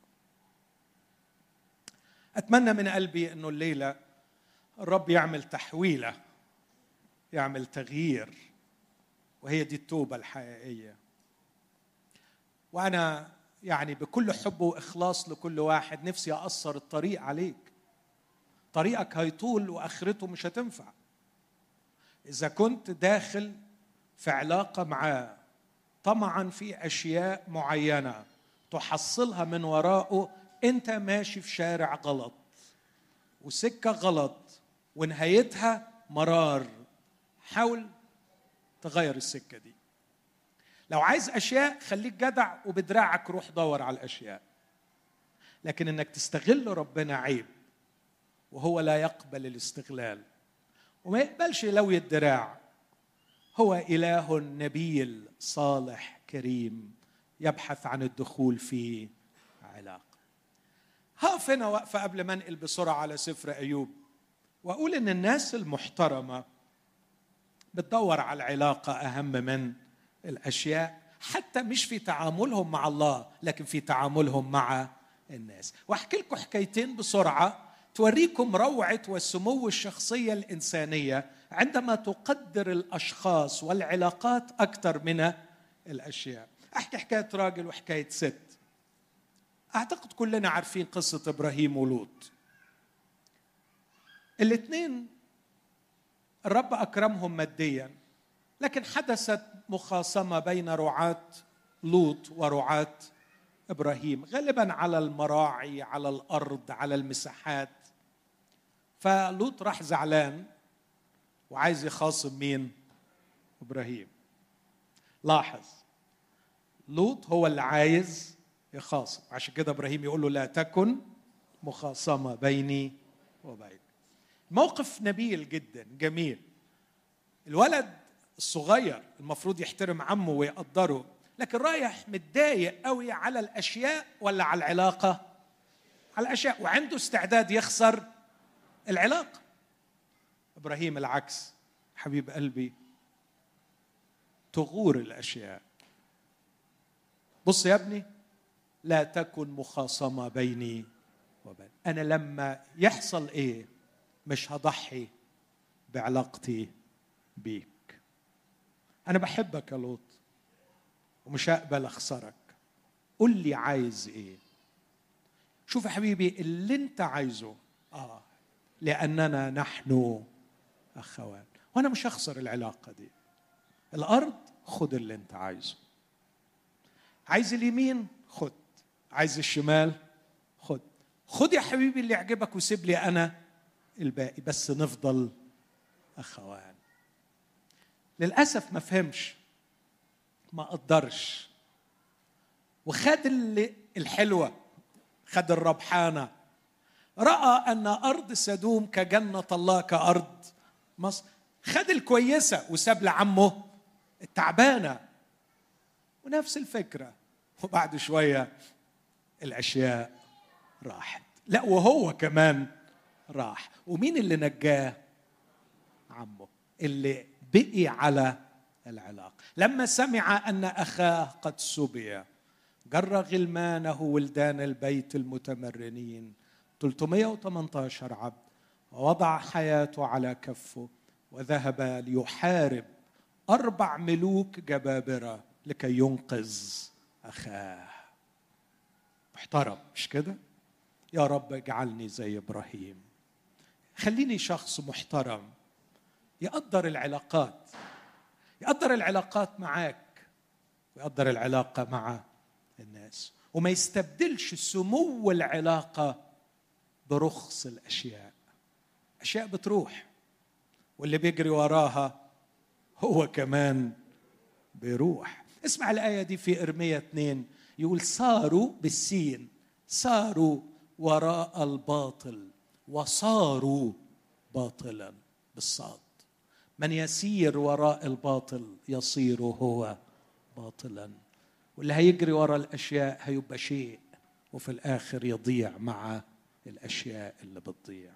أتمنى من قلبي أنه الليلة الرب يعمل تحويلة، يعمل تغيير، وهي دي التوبة الحقيقية. وأنا يعني بكل حب وإخلاص لكل واحد نفسي أقصر الطريق عليك. طريقك هيطول وآخرته مش هتنفع. إذا كنت داخل في علاقة معاه طمعا في أشياء معينة تحصلها من وراءه، أنت ماشي في شارع غلط وسكة غلط ونهايتها مرار. حاول تغير السكة دي. لو عايز أشياء خليك جدع وبدراعك روح دور على الأشياء، لكن إنك تستغل ربنا عيب، وهو لا يقبل الاستغلال وما يقبلش لوي الدراع. هو إله نبيل صالح كريم يبحث عن الدخول في علاقة. هقف هنا وقفة قبل ما انقل بسرعة على سفر أيوب، وأقول إن الناس المحترمة بتدور على العلاقة أهم من الأشياء، حتى مش في تعاملهم مع الله لكن في تعاملهم مع الناس. وأحكي لكم حكايتين بسرعة توريكم روعة وسمو الشخصية الإنسانية عندما تقدر الأشخاص والعلاقات أكثر من الأشياء. أحكي حكاية راجل وحكاية ست. أعتقد كلنا عارفين قصة إبراهيم ولوط. الاثنين الرب أكرمهم ماديا، لكن حدثت مخاصمة بين رعاة لوط ورعاة إبراهيم، غالبا على المراعي، على الأرض، على المساحات. فلوط راح زعلان وعايز يخاصم مين؟ إبراهيم. لاحظ، لوط هو اللي عايز يخاصم، عشان كده إبراهيم يقول له لا تكن مخاصمة بيني وبينك. موقف نبيل جدا جميل. الولد الصغير المفروض يحترم عمه ويقدره، لكن رايح متضايق قوي على الأشياء ولا على العلاقة؟ على الأشياء، وعنده استعداد يخسر العلاقة. إبراهيم العكس، حبيب قلبي، تغور الأشياء. بص يا ابني، لا تكن مخاصمة بيني وبين. أنا لما يحصل إيه مش هضحي بعلاقتي بيك. أنا بحبك يا لوط ومش هقبل أخسرك. قل لي عايز إيه؟ شوف يا حبيبي اللي أنت عايزه. لأننا نحن أخوان، وأنا مش هخسر العلاقة دي. الأرض خد اللي أنت عايزه. عايز اليمين خد، عايز الشمال خد. خد يا حبيبي اللي يعجبك وسيب لي أنا الباقي، بس نفضل أخوان. للأسف ما فهمش، ما قدرش، وخد الحلوة، خد الربحانة. رأى أن أرض سدوم كجنة الله كأرض مصر. خد الكويسة وساب لعمه التعبانة. ونفس الفكرة، وبعد شوية الأشياء راحت. لا وهو كمان راح. ومين اللي نجاه؟ عمه اللي بقي على العلاقة. لما سمع أن أخاه قد سبي جر غلمانه ولدان البيت المتمرنين 318 عبد، ووضع حياته على كفه وذهب ليحارب 4 ملوك جبابرة لكي ينقذ أخاه. محترم مش كده؟ يا رب اجعلني زي إبراهيم، خليني شخص محترم يقدر العلاقات، يقدر العلاقات معاك ويقدر العلاقة مع الناس، وما يستبدلش سمو العلاقة برخص الأشياء. أشياء بتروح واللي بيجري وراها هو كمان بيروح. اسمع الآية دي في إرميا 2، يقول صاروا بالسين، صاروا وراء الباطل وصاروا باطلا بالصاد. من يسير وراء الباطل يصير هو باطلا، واللي هيجري وراء الأشياء هيبقى شيء وفي الآخر يضيع مع الأشياء اللي بتضيع.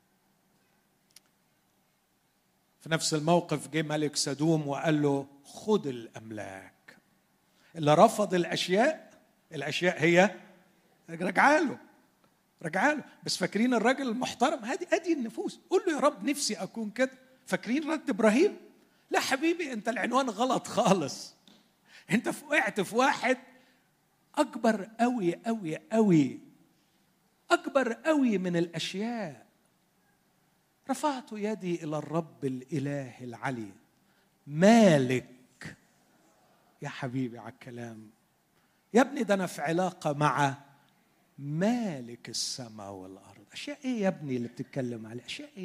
في نفس الموقف جه ملك سدوم وقال له خذ الأملاك. اللي رفض الأشياء هي رجعاله. بس فاكرين الراجل المحترم؟ هذه النفوس. قول له يا رب نفسي أكون كده. فاكرين رد إبراهيم؟ لا حبيبي، أنت العنوان غلط خالص. أنت وقعت في واحد أكبر أوي أوي أوي، أكبر أوي من الأشياء. رفعت يدي إلى الرب الإله العلي مالك. يا حبيبي على الكلام يا ابني، ده أنا في علاقة مع مالك السماء والأرض. أشياء إيه يا ابني اللي بتتكلم عليه؟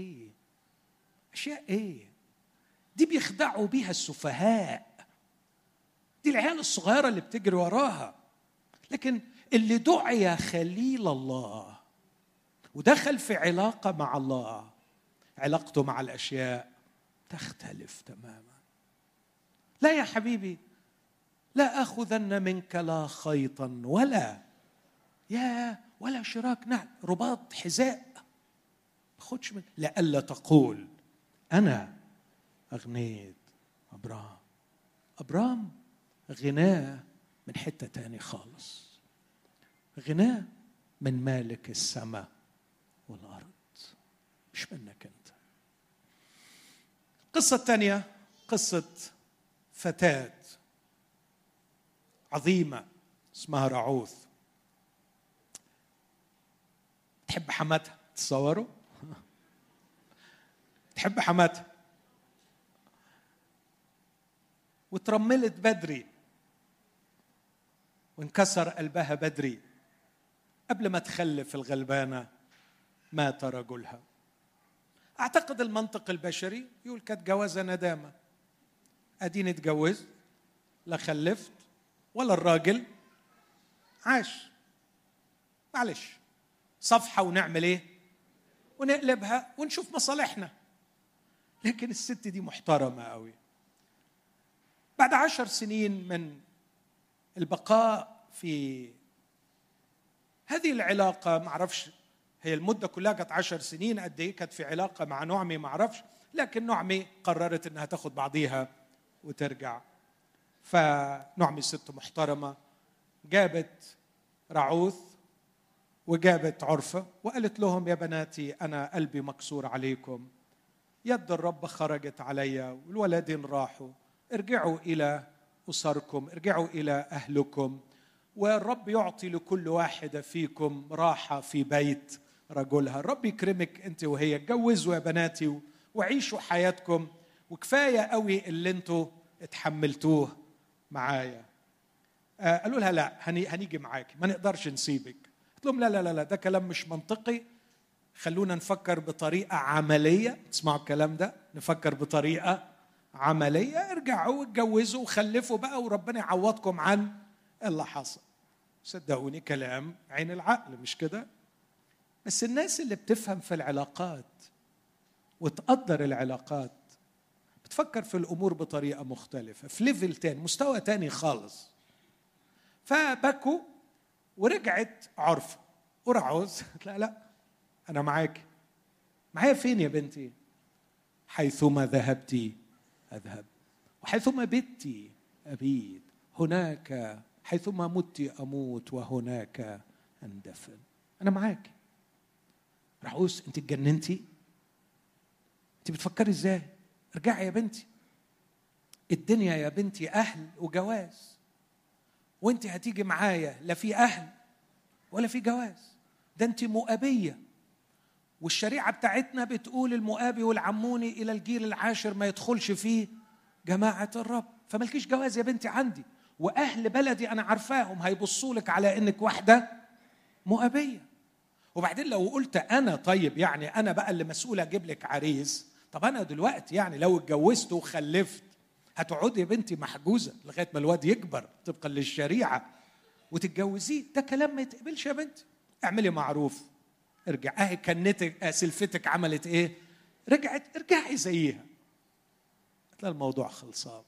أشياء إيه؟ دي بيخدعوا بيها السفهاء، دي العيال الصغيرة اللي بتجري وراها. لكن اللي دعي خليل الله ودخل في علاقة مع الله، علاقته مع الأشياء تختلف تماما. لا يا حبيبي، لا أخذن منك لا خيطا ولا شراك نعل، رباط حذاء خدش من، لألا تقول أنا أغنيت أبرام غناه من حتة تاني خالص، غناه من مالك السماء والأرض، مش منك أنت. قصة تانية، قصة فتاة عظيمة اسمها رعوث. تحب حماتها، تصوروا؟ تحب حماتها وترملت بدري وانكسر قلبها بدري. قبل ما تخلف الغلبانة مات رجلها. أعتقد المنطق البشري يقول كانت جوازة ندامة، أديني اتجوزت لا خلفت ولا الراجل عاش، معلش صفحة ونعمل إيه ونقلبها ونشوف مصالحنا. لكن الست دي محترمة قوي. بعد 10 سنين من البقاء في هذه العلاقة، معرفش هي المدة كلها كانت 10 سنين قد إيه كانت في علاقة مع نعمي معرفش، لكن نعمي قررت إنها تاخد بعضيها وترجع. فنعمي ست محترمة جابت رعوث وجابت عرفة وقالت لهم يا بناتي أنا قلبي مكسور عليكم، يد الرب خرجت عليا والولدين راحوا، ارجعوا إلى أسركم، ارجعوا إلى أهلكم، والرب يعطي لكل واحدة فيكم راحة في بيت رجلها. الرب يكرمك أنت وهي، اتجوزوا يا بناتي وعيشوا حياتكم، وكفاية قوي اللي انتوا اتحملتوه معايا. قالوا لها لا هنيجي معاكي، ما نقدرش نسيبك. قلت لهم لا ده كلام مش منطقي، خلونا نفكر بطريقة عملية. تسمعوا الكلام ده؟ نفكر بطريقة عملية، ارجعوا واتجوزوا وخلفوا بقى وربنا يعوضكم عن اللي حصل. صدقوني كلام عين العقل مش كده؟ بس الناس اللي بتفهم في العلاقات وتقدر العلاقات بتفكر في الأمور بطريقة مختلفة، في ليفل تاني، مستوى تاني خالص. فبكوا ورجعت عرفة ورعوز لا أنا معايا فين يا بنتي؟ حيثما ذهبتي أذهب وحيثما بت أبيد، هناك حيثما مت أموت وهناك أندفن. أنا معاك. رعوس أنت اتجننتي؟ أنت بتفكري إزاي؟ ارجعي يا بنتي. الدنيا يا بنتي أهل وجواز، وأنت هتيجي معايا لا في أهل ولا في جواز. ده أنت مؤابية، والشريعة بتاعتنا بتقول المؤابي والعموني إلى الجيل العاشر ما يدخلش فيه جماعة الرب. فملكيش جواز يا بنتي عندي، وأهل بلدي أنا عارفاهم هيبصوا لك على إنك واحدة مؤابية. وبعدين لو قلت أنا طيب يعني أنا بقى اللي مسؤولة أجيب لك عريس، طب أنا دلوقتي يعني لو اتجوزت وخلفت هتقعدي يا بنتي محجوزة لغاية ما الواد يكبر طبقا للشريعة وتتجوزيه؟ ده كلام ما يتقبلش يا بنتي. اعملي معروف، ارجع. اهي كنتك سلفتك عملت ايه؟ رجعت، ارجعي زيها، هتلاقي الموضوع خلصان.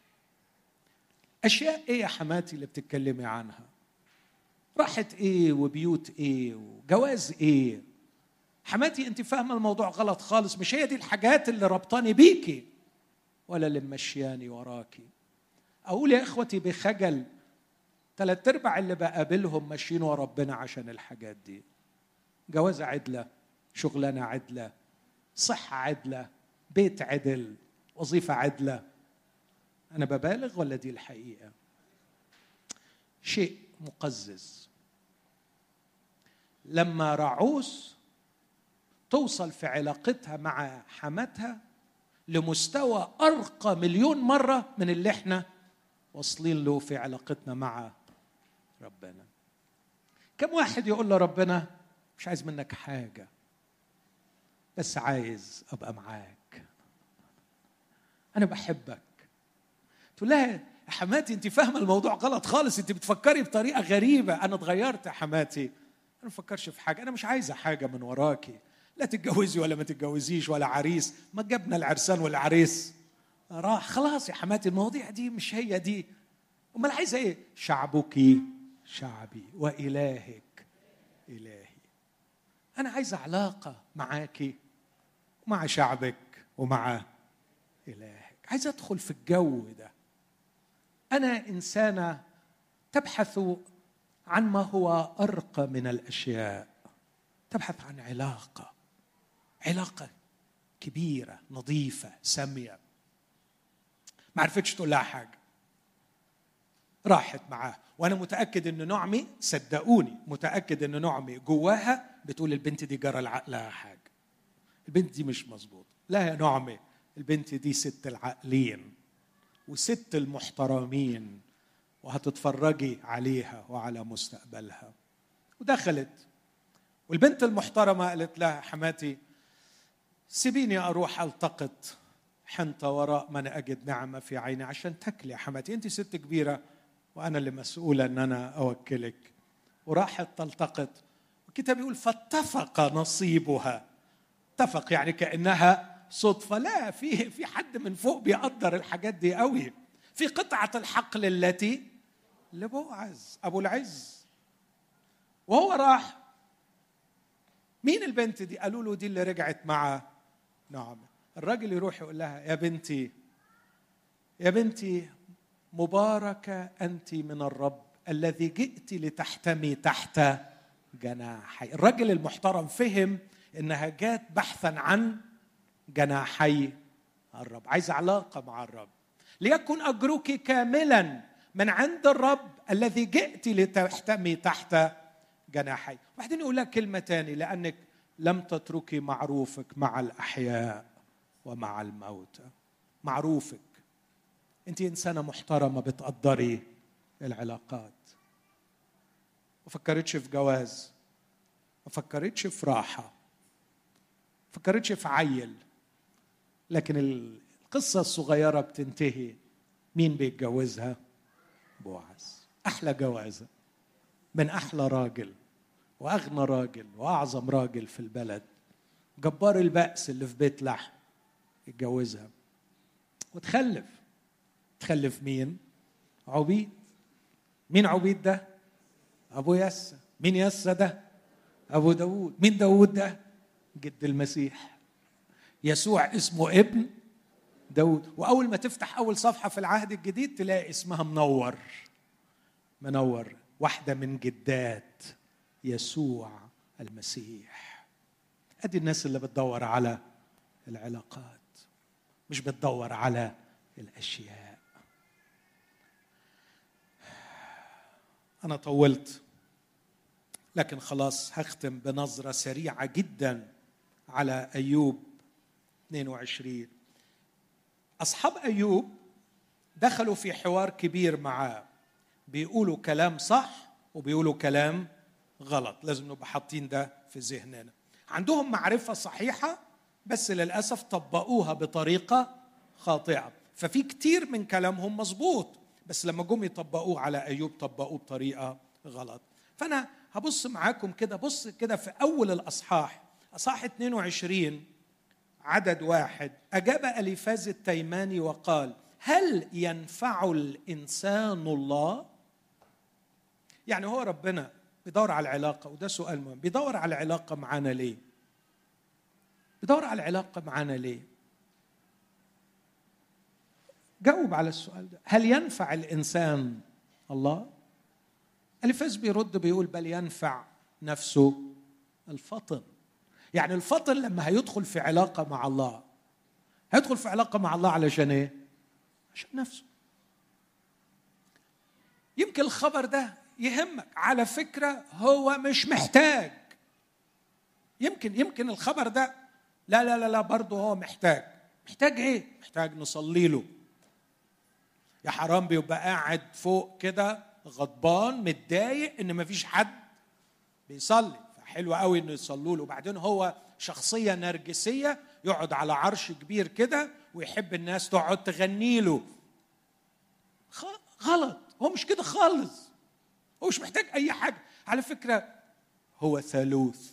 اشياء ايه يا حماتي اللي بتتكلمي عنها؟ راحت ايه وبيوت ايه وجواز ايه؟ حماتي انت فاهمه الموضوع غلط خالص. مش هي دي الحاجات اللي ربطاني بيكي ولا اللي ممشياني وراكي. اقول يا اخوتي بخجل 3/4 اللي بقابلهم ماشيين ورا ربنا عشان الحاجات دي. جوازة عدلة، شغلانة عدلة، صحة عدلة، بيت عدل، وظيفة عدلة. أنا ببالغ ولا دي الحقيقة؟ شيء مقزز لما رعوس توصل في علاقتها مع حماتها لمستوى أرقى مليون مرة من اللي احنا واصلين له في علاقتنا مع ربنا. كم واحد يقول لربنا مش عايز منك حاجة، بس عايز أبقى معاك، أنا بحبك. تقول لها يا حماتي أنت فاهمة الموضوع غلط خالص، أنت بتفكري بطريقة غريبة. أنا اتغيرت يا حماتي، أنا ما بفكرش في حاجة، أنا مش عايزة حاجة من وراكي، لا تتجوزي ولا ما تتجوزيش ولا عريس، ما جبنا العرسان والعريس راح خلاص يا حماتي. المواضيع دي مش هي دي. أمال عايزة إيه؟ شعبك شعبي وإلهك إلهي. أنا عايزة علاقة معاكي ومع شعبك ومع إلهك. عايزة أدخل في الجو ده. أنا إنسانة تبحث عن ما هو أرقى من الأشياء، تبحث عن علاقة كبيرة نظيفة سامية. ما عرفتش تقول لها حاجة، راحت معاه. وأنا متأكد إن نعمي، صدقوني متأكد إن نعمي جواها بتقول البنت دي جرى لها حاجة، البنت دي مش مظبوط. لا يا نعمي، البنت دي ست العقلين وست المحترمين، وهتتفرجي عليها وعلى مستقبلها. ودخلت، والبنت المحترمة قالت لها حماتي سيبيني أروح ألتقط حنطة وراء من أجد نعمة في عيني عشان تاكلي يا حماتي، أنت ست كبيرة وأنا اللي مسؤولة أن أنا أوكلك. وراحت تلتقط، الكتاب يقول فاتفق نصيبها. اتفق يعني كأنها صدفة؟ لا، في حد من فوق بيقدر الحاجات دي قوي. في قطعة الحقل التي لبوعز أبو العز. وهو راح، مين البنت دي؟ قالوا له دي اللي رجعت مع نعمة. الراجل يروح يقول لها يا بنتي مباركة أنت من الرب الذي جئت لتحتمي تحت جناحي. الراجل المحترم فهم إنها جات بحثا عن جناحي الرب، عايز علاقة مع الرب. ليكن أجرك كاملا من عند الرب الذي جئت لتحتمي تحت جناحي. وبعدين يقول لك كلمة تاني، لأنك لم تتركي معروفك مع الأحياء ومع الموتى. معروفك، أنت إنسانة محترمة بتقدري العلاقات. ما فكرتش في جواز، ما فكرتش في راحة، ما فكرتش في عيل. لكن القصة الصغيرة بتنتهي، مين بيتجوزها؟ بوعز. أحلى جوازة من أحلى راجل وأغنى راجل وأعظم راجل في البلد، جبار البأس اللي في بيت لحم، يتجوزها تخلف مين؟ عبيد. مين عبيد ده؟ أبو يسى. مين يسى ده؟ أبو داود. مين داود ده؟ جد المسيح. يسوع اسمه ابن داود. وأول ما تفتح أول صفحة في العهد الجديد تلاقي اسمها منور. منور، واحدة من جدات يسوع المسيح. أدي الناس اللي بتدور على العلاقات، مش بتدور على الأشياء. أنا طولت، لكن خلاص هختم بنظرة سريعة جدا على أيوب 22. أصحاب أيوب دخلوا في حوار كبير معاه، بيقولوا كلام صح وبيقولوا كلام غلط. لازم نبقى حاطين ده في ذهننا. عندهم معرفة صحيحة بس للأسف طبقوها بطريقة خاطئة، ففي كتير من كلامهم مظبوط بس لما جم يطبقوه على أيوب طبقوه بطريقة غلط. فأنا هبص معاكم كده، بص كده في أول الأصحاح، أصحاح 22 عدد 1. أجاب أليفاز التيماني وقال: هل ينفع الإنسان الله؟ يعني هو ربنا بيدور على العلاقة، وده سؤال مهم. بيدور على العلاقة معانا ليه؟ بيدور على العلاقة معانا ليه؟ جاوب على السؤال ده. هل ينفع الإنسان الله؟ أليفاز بيرد بيقول: بل ينفع نفسه الفطن. يعني الفطن لما هيدخل في علاقة مع الله، هيدخل في علاقة مع الله علشان ايه؟ عشان نفسه. يمكن الخبر ده يهمك، على فكرة هو مش محتاج. يمكن الخبر ده لا لا لا لا برضه هو محتاج ايه؟ محتاج نصلي له. يا حرام بيبقى قاعد فوق كده غضبان متضايق ان مفيش حد بيصلي، فحلو قوي انه يصلوا له. وبعدين هو شخصية نرجسية، يقعد على عرش كبير كده ويحب الناس تقعد تغني له. غلط، هو مش كده خالص. هو مش محتاج اي حاجة. على فكرة هو ثالوث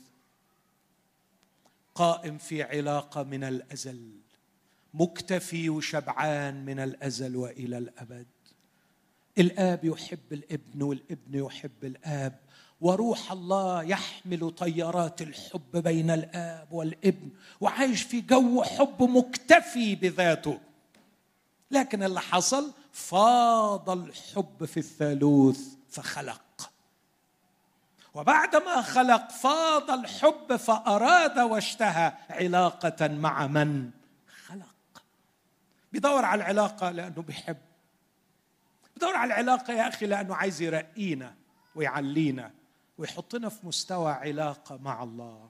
قائم في علاقة من الأزل، مكتفي وشبعان من الأزل وإلى الأبد. الآب يحب الابن والابن يحب الآب، وروح الله يحمل طيارات الحب بين الآب والابن، وعايش في جو حب مكتفي بذاته. لكن اللي حصل فاض الحب في الثالوث فخلق، وبعدما خلق فاض الحب فأراد واشتهى علاقة مع من خلق. بيدور على العلاقة لأنه بيحب. بيدور على العلاقة يا أخي لأنه عايز يرقينا ويعلينا ويحطنا في مستوى علاقة مع الله.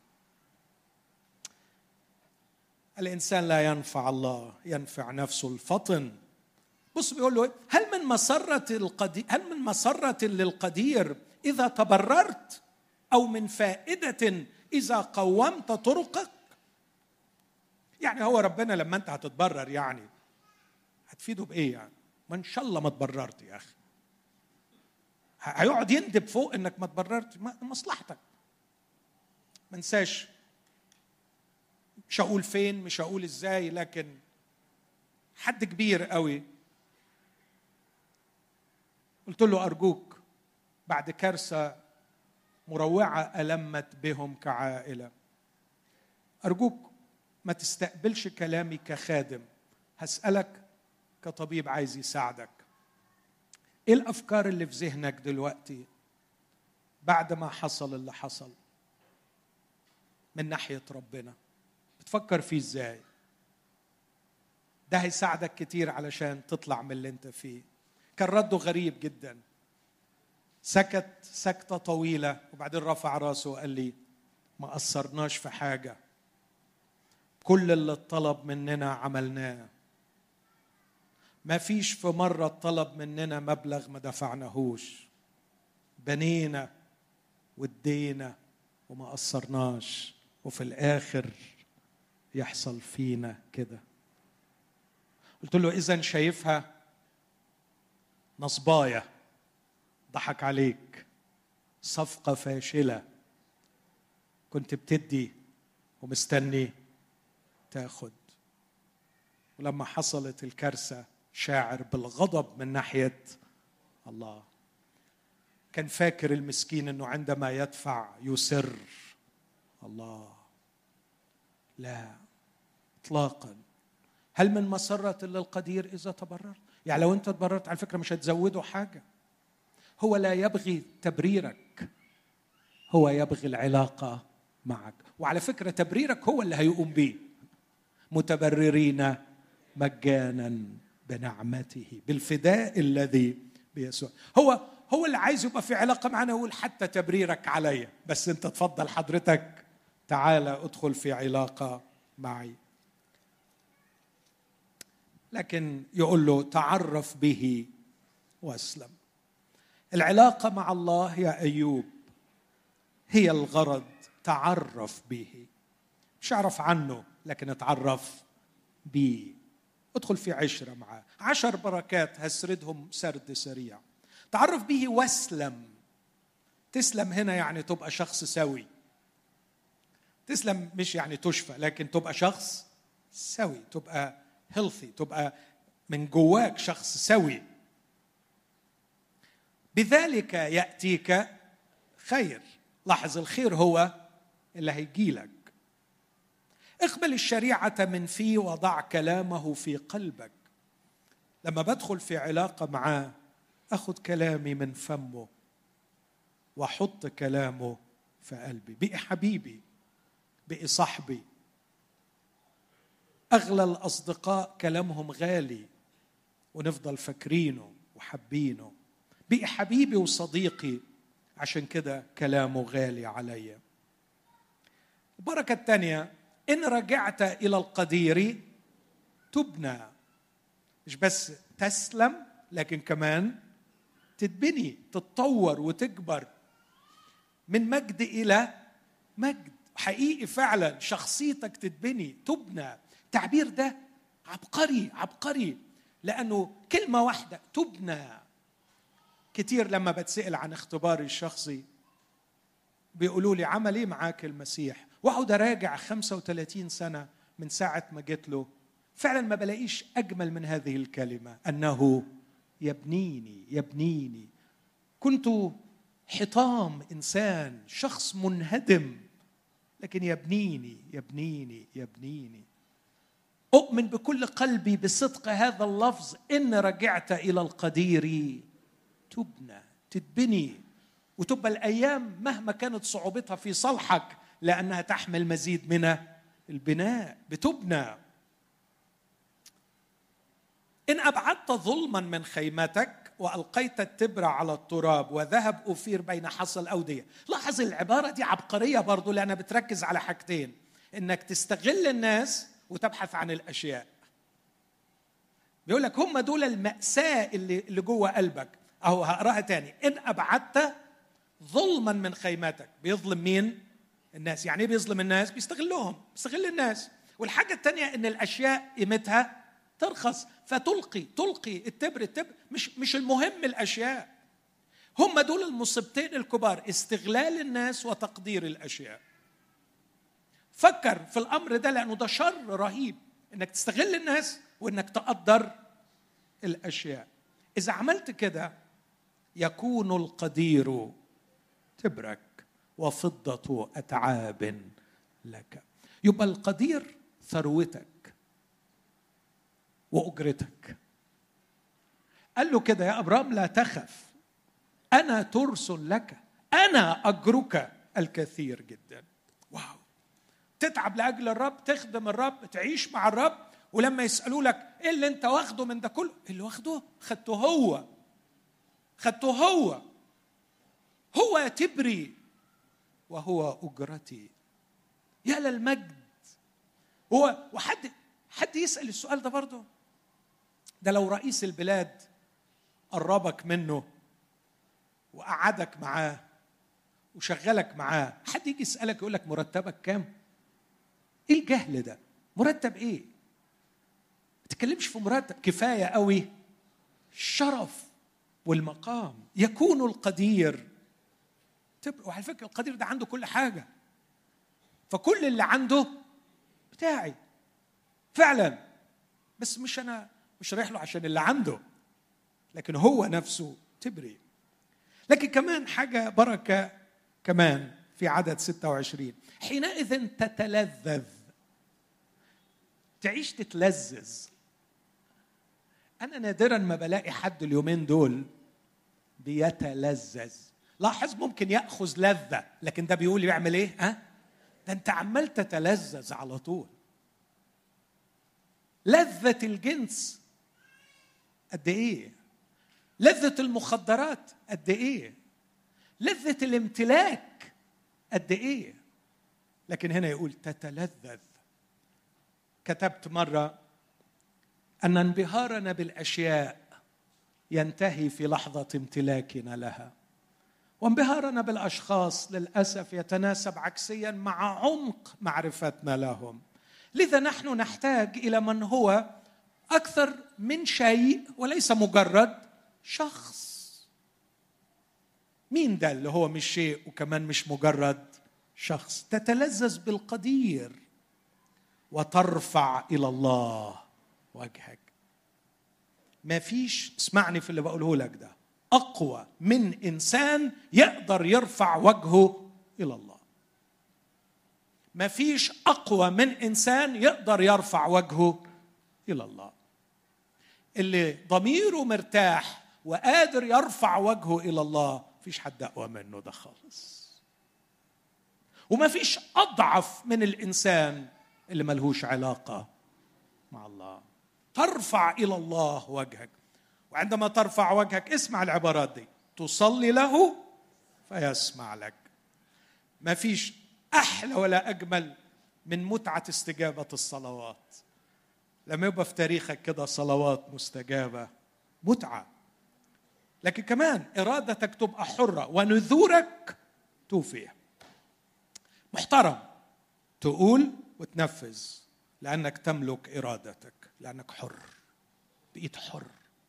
الإنسان لا ينفع الله، ينفع نفسه الفطن. بص بيقول له: هل من مسرة للقدير إذا تبررت، أو من فائدة إذا قومت طرقك؟ يعني هو ربنا لما أنت هتتبرر يعني هتفيده بإيه يعني؟ ما إن شاء الله ما تبررت يا أخي. هيقعد يندب فوق إنك ما تبررت، مصلحتك. ما نساش، مش هقول فين، مش هقول إزاي، لكن حد كبير قوي قلت له: أرجوك بعد كارثة مروعة ألمت بهم كعائلة، أرجوك ما تستقبلش كلامي كخادم، هسألك كطبيب عايز يساعدك. إيه الأفكار اللي في ذهنك دلوقتي بعد ما حصل اللي حصل من ناحية ربنا؟ بتفكر فيه إزاي؟ ده هيساعدك كتير علشان تطلع من اللي انت فيه. كان رده غريب جدا، سكت سكتة طويلة وبعدين رفع راسه وقال لي: ما قصرناش في حاجة، كل اللي اتطلب مننا عملناه، ما فيش في مرة اتطلب مننا مبلغ ما دفعناهوش، بنينا وادينا وما قصرناش، وفي الآخر يحصل فينا كده. قلت له: إذن شايفها نصباية، ضحك عليك، صفقة فاشلة، كنت بتدي ومستني تاخد. ولما حصلت الكارثة شاعر بالغضب من ناحية الله. كان فاكر المسكين أنه عندما يدفع يسر الله. لا إطلاقا. هل من مسرة للقدير إذا تبررت؟ يعني لو أنت تبررت على فكرة مش هتزوده حاجة. هو لا يبغي تبريرك، هو يبغي العلاقة معك. وعلى فكرة تبريرك هو اللي هيقوم بيه. متبررين مجانا بنعمته بالفداء الذي بيسوع. هو اللي عايز يبقى في علاقة معنا، يقول حتى تبريرك عليا، بس أنت تفضل حضرتك تعال ادخل في علاقة معي. لكن يقول له تعرف به واسلم. العلاقة مع الله يا أيوب هي الغرض، تعرف به، مش اعرف عنه لكن اتعرف به، ادخل في عشرة معاه. 10 بركات هسردهم سرد سريع. تعرف به واسلم. تسلم هنا يعني تبقى شخص سوي. تسلم مش يعني تشفى، لكن تبقى شخص سوي، تبقى healthy، تبقى من جواك شخص سوي. بذلك يأتيك خير. لاحظ الخير هو اللي هيجيلك. اقبل الشريعة من فيه وضع كلامه في قلبك. لما بدخل في علاقة معاه أخذ كلامي من فمه وحط كلامه في قلبي. بقي حبيبي، بقي صاحبي. أغلى الأصدقاء كلامهم غالي ونفضل فاكرينه وحبينه. بقي حبيبي وصديقي، عشان كده كلامه غالي عليا. البركة الثانية، إن رجعت إلى القدير تبنى. مش بس تسلم لكن كمان تتبني، تتطور وتكبر من مجد إلى مجد حقيقي. فعلا شخصيتك تتبني، تبنى. التعبير ده عبقري عبقري، لأنه كلمة واحدة تبنى. كتير لما بتسأل عن اختباري الشخصي بيقولوا لي عمل ايه معاك المسيح، واقعد اراجع 35 سنة من ساعة ما جيت له، فعلا ما بلاقيش أجمل من هذه الكلمة، أنه يبنيني يبنيني. كنت حطام إنسان، شخص منهدم، لكن يبنيني يبنيني يبنيني. أؤمن بكل قلبي بصدق هذا اللفظ، إن رجعت إلى القدير تبنى، تتبني، وتبقى الأيام مهما كانت صعوبتها في صالحك لأنها تحمل مزيد من البناء، بتبنى. إن أبعدت ظلما من خيمتك وألقيت التبر على التراب وذهب أفير بين حصى الأودية. لاحظ العبارة دي عبقرية برضو، لأنها بتركز على حاجتين: إنك تستغل الناس وتبحث عن الأشياء. بيقول لك هم دول المأساة اللي جوه قلبك. أهو هقراها تاني: إن أبعدت ظلما من خيمتك. بيظلم مين؟ الناس. يعني ايه بيظلم الناس؟ بيستغلهم، بيستغل الناس. والحاجة التانية إن الأشياء قيمتها ترخص، فتلقي التبر. مش المهم الأشياء. هم دول المصيبتين الكبار: استغلال الناس وتقدير الأشياء. فكر في الأمر ده، لأنه ده شر رهيب، إنك تستغل الناس وإنك تقدر الأشياء. إذا عملت كده يكون القدير تبرك وفضة أتعاب لك. يبقى القدير ثروتك وأجرتك. قال له كده: يا أبرام لا تخف، أنا ترس لك، أنا أجرك الكثير جدا. واو! تتعب لأجل الرب، تخدم الرب، تعيش مع الرب، ولما يسألوا لك إيه اللي أنت واخده من ده كله؟ اللي واخده خدته هو، خدته هو. هو تبري وهو أجرتي. يا للمجد. وحد يسأل السؤال ده برضه؟ ده لو رئيس البلاد قربك منه وقعدك معاه وشغلك معاه، حد يجي يسألك يقول لك مرتبك كام؟ ايه الجهل ده؟ مرتب ايه؟ ما تتكلمش في مرتب، كفاية قوي الشرف والمقام. يكون القدير تبقى. وعلى فكرة القدير ده عنده كل حاجة، فكل اللي عنده بتاعي فعلا. بس أنا مش رايح له عشان اللي عنده، لكن هو نفسه تبري. لكن كمان حاجة بركة كمان في عدد 26: حينئذ تتلذذ. تعيش تتلذذ. أنا نادراً ما بلاقي حد اليومين دول بيتلذذ. لاحظ ممكن يأخذ لذة، لكن ده بيقول يعمل إيه؟ ده أنت عمال تتلذذ على طول. لذة الجنس قد إيه؟ لذة المخدرات قد إيه؟ لذة الامتلاك قد إيه؟ لكن هنا يقول تتلذذ. كتبت مرة أن انبهارنا بالأشياء ينتهي في لحظة امتلاكنا لها، وانبهارنا بالأشخاص للأسف يتناسب عكسيا مع عمق معرفتنا لهم. لذا نحن نحتاج إلى من هو أكثر من شيء وليس مجرد شخص. مين ده اللي هو مش شيء وكمان مش مجرد شخص؟ تتلذذ بالقدير وترفع إلى الله وجهك. ما فيش، اسمعني في اللي بقوله لك ده، أقوى من إنسان يقدر يرفع وجهه إلى الله. ما فيش أقوى من إنسان يقدر يرفع وجهه إلى الله. اللي ضميره مرتاح وقادر يرفع وجهه إلى الله فيش حد أقوى منه ده خالص. وما فيش أضعف من الإنسان اللي ملهوش علاقة مع الله. ترفع إلى الله وجهك، وعندما ترفع وجهك اسمع العبارات دي: تصلي له فيسمع لك. ما فيش أحلى ولا أجمل من متعة استجابة الصلوات. لما يبقى في تاريخك كده صلوات مستجابة، متعة. لكن كمان إرادتك تبقى حرة ونذورك توفيها. محترم تقول وتنفذ لأنك تملك إرادتك، لأنك حر، بقيت حر.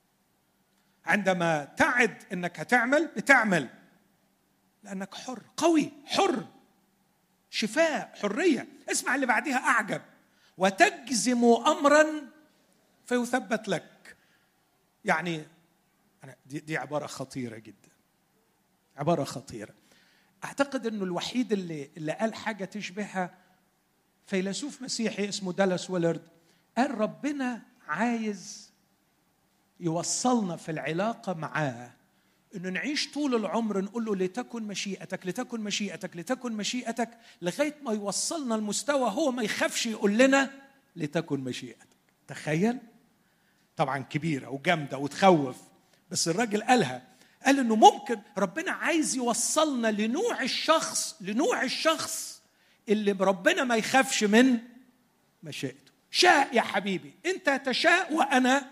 عندما تعد أنك هتعمل بتعمل لأنك حر، قوي، حر، شفاء، حرية. اسمع اللي بعدها أعجب: وتجزم أمرا فيثبت لك. يعني دي عبارة خطيرة جدا، عبارة خطيرة. أعتقد أنه الوحيد اللي قال حاجة تشبهها فيلسوف مسيحي اسمه دالاس ويلرد. قال ربنا عايز يوصلنا في العلاقة معاه أنه نعيش طول العمر نقول له لتكن مشيئتك، لتكن مشيئتك، لتكن مشيئتك، لغاية ما يوصلنا المستوى هو ما يخافش يقول لنا لتكن مشيئتك. تخيل، طبعا كبيرة وجامدة وتخوف، بس الراجل قالها، قال أنه ممكن ربنا عايز يوصلنا لنوع الشخص اللي ربنا ما يخافش من مشيئته. شاء يا حبيبي، أنت تشاء وأنا.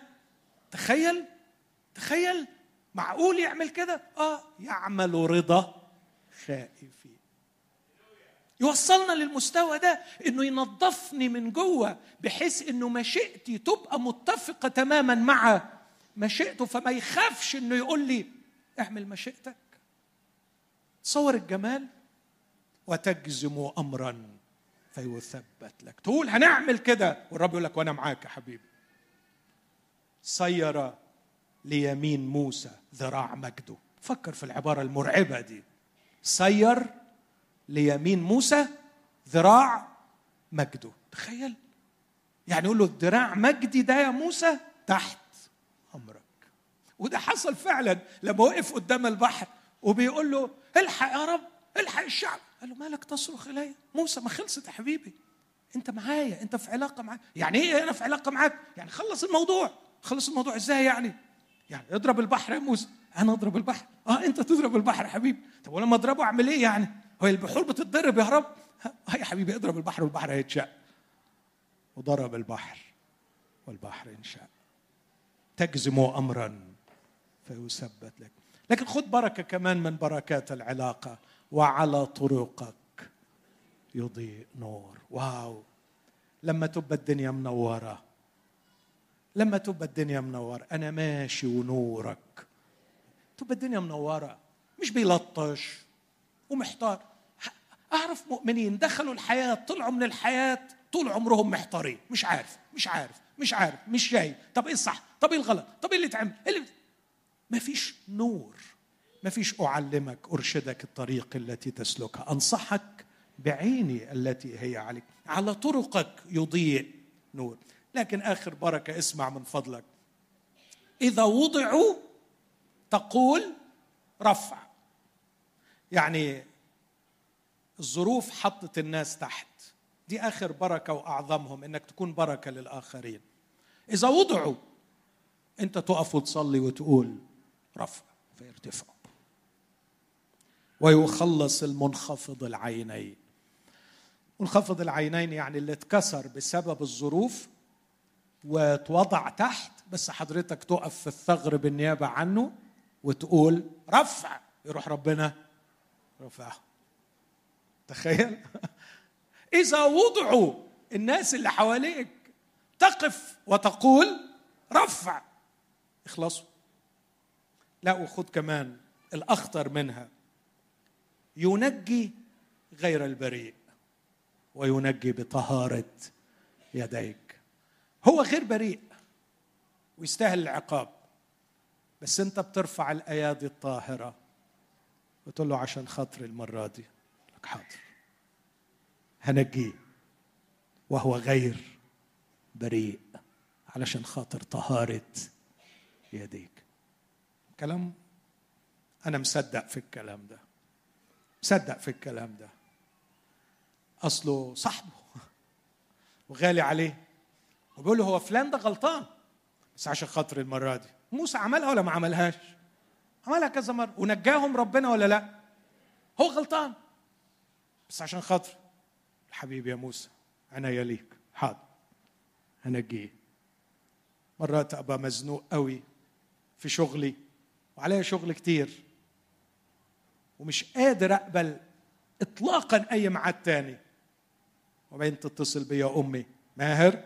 تخيل معقول يعمل كده؟ يعمل رضا خائفين. يوصلنا للمستوى ده انه ينظفني من جوه بحيث انه مشيئتي تبقى متفقة تماما مع مشيئته، فما يخافش انه يقول لي اعمل مشيئتك. تصور الجمال. وتجزم امرا فيثبت لك. تقول هنعمل كده والرب يقول لك وانا معاك يا حبيبي. صير ليمين موسى ذراع مجده. فكر في العبارة المرعبة دي: صير ليمين موسى ذراع مجده. تخيل، يعني يقول له الذراع مجدي ده يا موسى تحت أمرك. وده حصل فعلا لما وقف قدام البحر وبيقول له الحق يا رب، الحق الشعب. قال له مالك تصرخ إلي؟ موسى ما خلصت يا حبيبي، انت معايا، انت في علاقة معايا. يعني ايه انا في علاقة معاك؟ يعني خلص الموضوع. ازاي يعني اضرب البحر يا موسى. انا اضرب البحر؟ انت تضرب البحر يا حبيبي. طب ولما اضربه اعمل ايه يعني؟ هو البحور بتتضرب يا رب؟ يا حبيبي اضرب البحر والبحر هيتشق. وضرب البحر والبحر انشق. تجزم امرا فيثبت لك. لكن خد بركة كمان من بركات العلاقة: وعلى طرقك يضيء نور. واو، لما تبقى الدنيا منورة، أنا ماشي ونورك، تبقى الدنيا منورة، مش بيلطش ومحتار. أعرف مؤمنين دخلوا الحياة، طلعوا من الحياة طول عمرهم محتارين، مش عارف، مش شايف. طب إيه الصح؟ طب إيه الغلط؟ طب إيه اللي تعمل؟ ما فيش نور، ما فيش أعلمك أرشدك الطريق التي تسلكها، أنصحك بعيني التي هي عليك. على طرقك يضيء نور. لكن آخر بركة اسمع من فضلك، إذا وضعوا تقول رفع. يعني الظروف حطت الناس تحت، دي آخر بركة وأعظمهم، إنك تكون بركة للآخرين. إذا وضعوا أنت تقف وتصلي وتقول رفع فيرتفعوا. ويخلص المنخفض العينين. منخفض العينين يعني اللي اتكسر بسبب الظروف وتوضع تحت، بس حضرتك تقف في الثغر بالنيابة عنه وتقول رفع، يروح ربنا رفعه. تخيل. إذا وضعوا الناس اللي حواليك تقف وتقول رفع، اخلصوا. لا، وخد كمان الأخطر منها، ينجي غير البريء وينجي بطهارة يديك. هو غير بريء ويستاهل العقاب، بس انت بترفع الأيادي الطاهرة وتقول له عشان خاطر المرة دي لك حاضر، هنجيه وهو غير بريء علشان خاطر طهارة يديك. كلام أنا مصدق في الكلام ده، مصدق في الكلام ده. أصله صاحبه وغالي عليه، وبيقول له هو فلان ده غلطان بس عشان خاطر المرة دي. موسى عملها ولا ما عملهاش؟ عملها كذا مرة ونجاهم ربنا ولا لا؟ هو غلطان بس عشان خاطر الحبيب يا موسى عناية ليك، حاضر هنجيه. مرات أبقى مزنوق قوي في شغلي وعليا شغل كتير ومش قادر أقبل إطلاقا أي ميعاد تاني، وبعدين تتصل بيا أمي، ماهر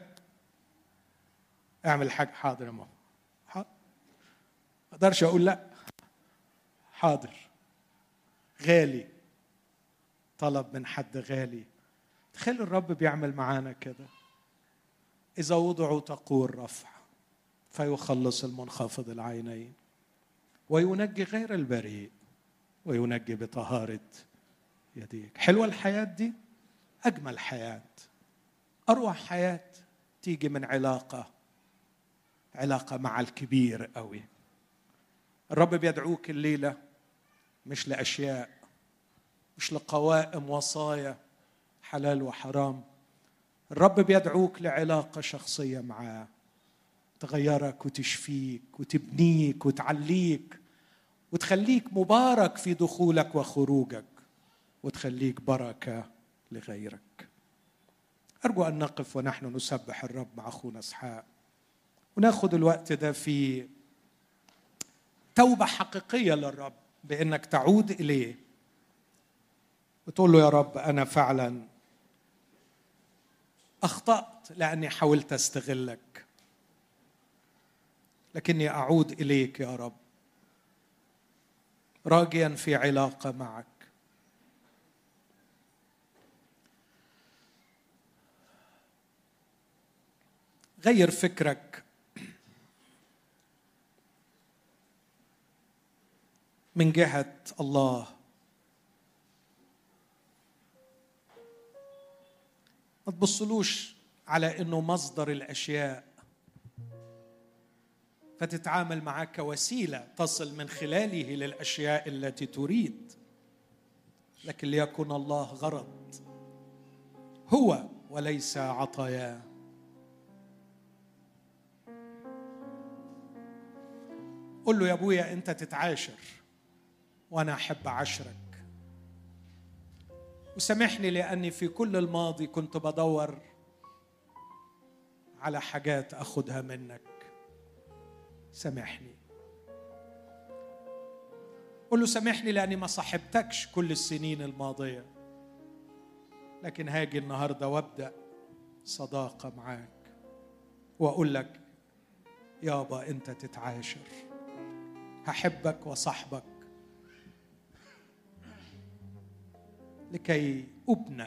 اعمل حاجة. حاضر يا ماما، حاضر. ما أقدرش أقول لا، حاضر. غالي، طلب من حد غالي. تخيل الرب بيعمل معانا كده. إذا وضعوا تقول رفع فيخلص المنخفض العينين وينجي غير البريء وينجي بطهارة يديك. حلوة الحياة دي، أجمل حياة، أروع حياة تيجي من علاقة مع الكبير قوي. الرب بيدعوك الليلة مش لأشياء، مش لقوائم وصايا حلال وحرام. الرب بيدعوك لعلاقة شخصية معاه تغيرك وتشفيك وتبنيك وتعليك وتخليك مبارك في دخولك وخروجك وتخليك بركة لغيرك. أرجو أن نقف ونحن نسبح الرب مع أخونا إسحاق، وناخد الوقت ده في توبة حقيقية للرب، بأنك تعود إليه وتقول له يا رب أنا فعلا أخطأت لأني حاولت أستغلك، لكني أعود إليك يا رب راجيا في علاقة معك. غير فكرك من جهة الله. ما تبصلوش على إنه مصدر الأشياء فتتعامل معه كوسيلة تصل من خلاله للأشياء التي تريد، لكن ليكن الله غرض هو وليس عطاياه. قل له يا أبويا أنت تتعاشر وأنا أحب عشرك، وسامحني لأني في كل الماضي كنت بدور على حاجات أخدها منك، سامحني. قل له سامحني لأني ما صاحبتكش كل السنين الماضية، لكن هاجي النهاردة وابدأ صداقة معاك وأقول لك يابا أنت تتعاشر، هحبك وصاحبك لكي أبنى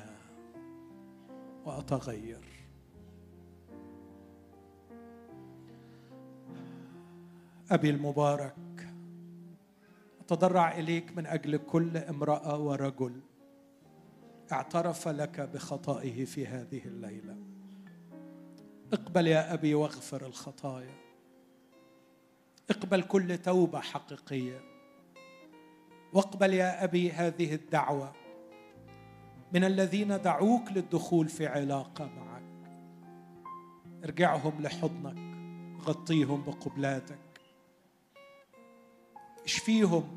وأتغير. أبي المبارك، أتضرع إليك من أجل كل امرأة ورجل اعترف لك بخطئه في هذه الليلة. اقبل يا أبي واغفر الخطايا. اقبل كل توبة حقيقية، واقبل يا أبي هذه الدعوة من الذين دعوك للدخول في علاقة معك. ارجعهم لحضنك، غطيهم بقبلاتك، اشفيهم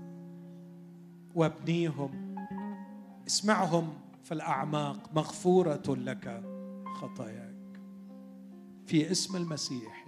وابنيهم، اسمعهم في الأعماق: مغفورة لك خطاياك، في اسم المسيح.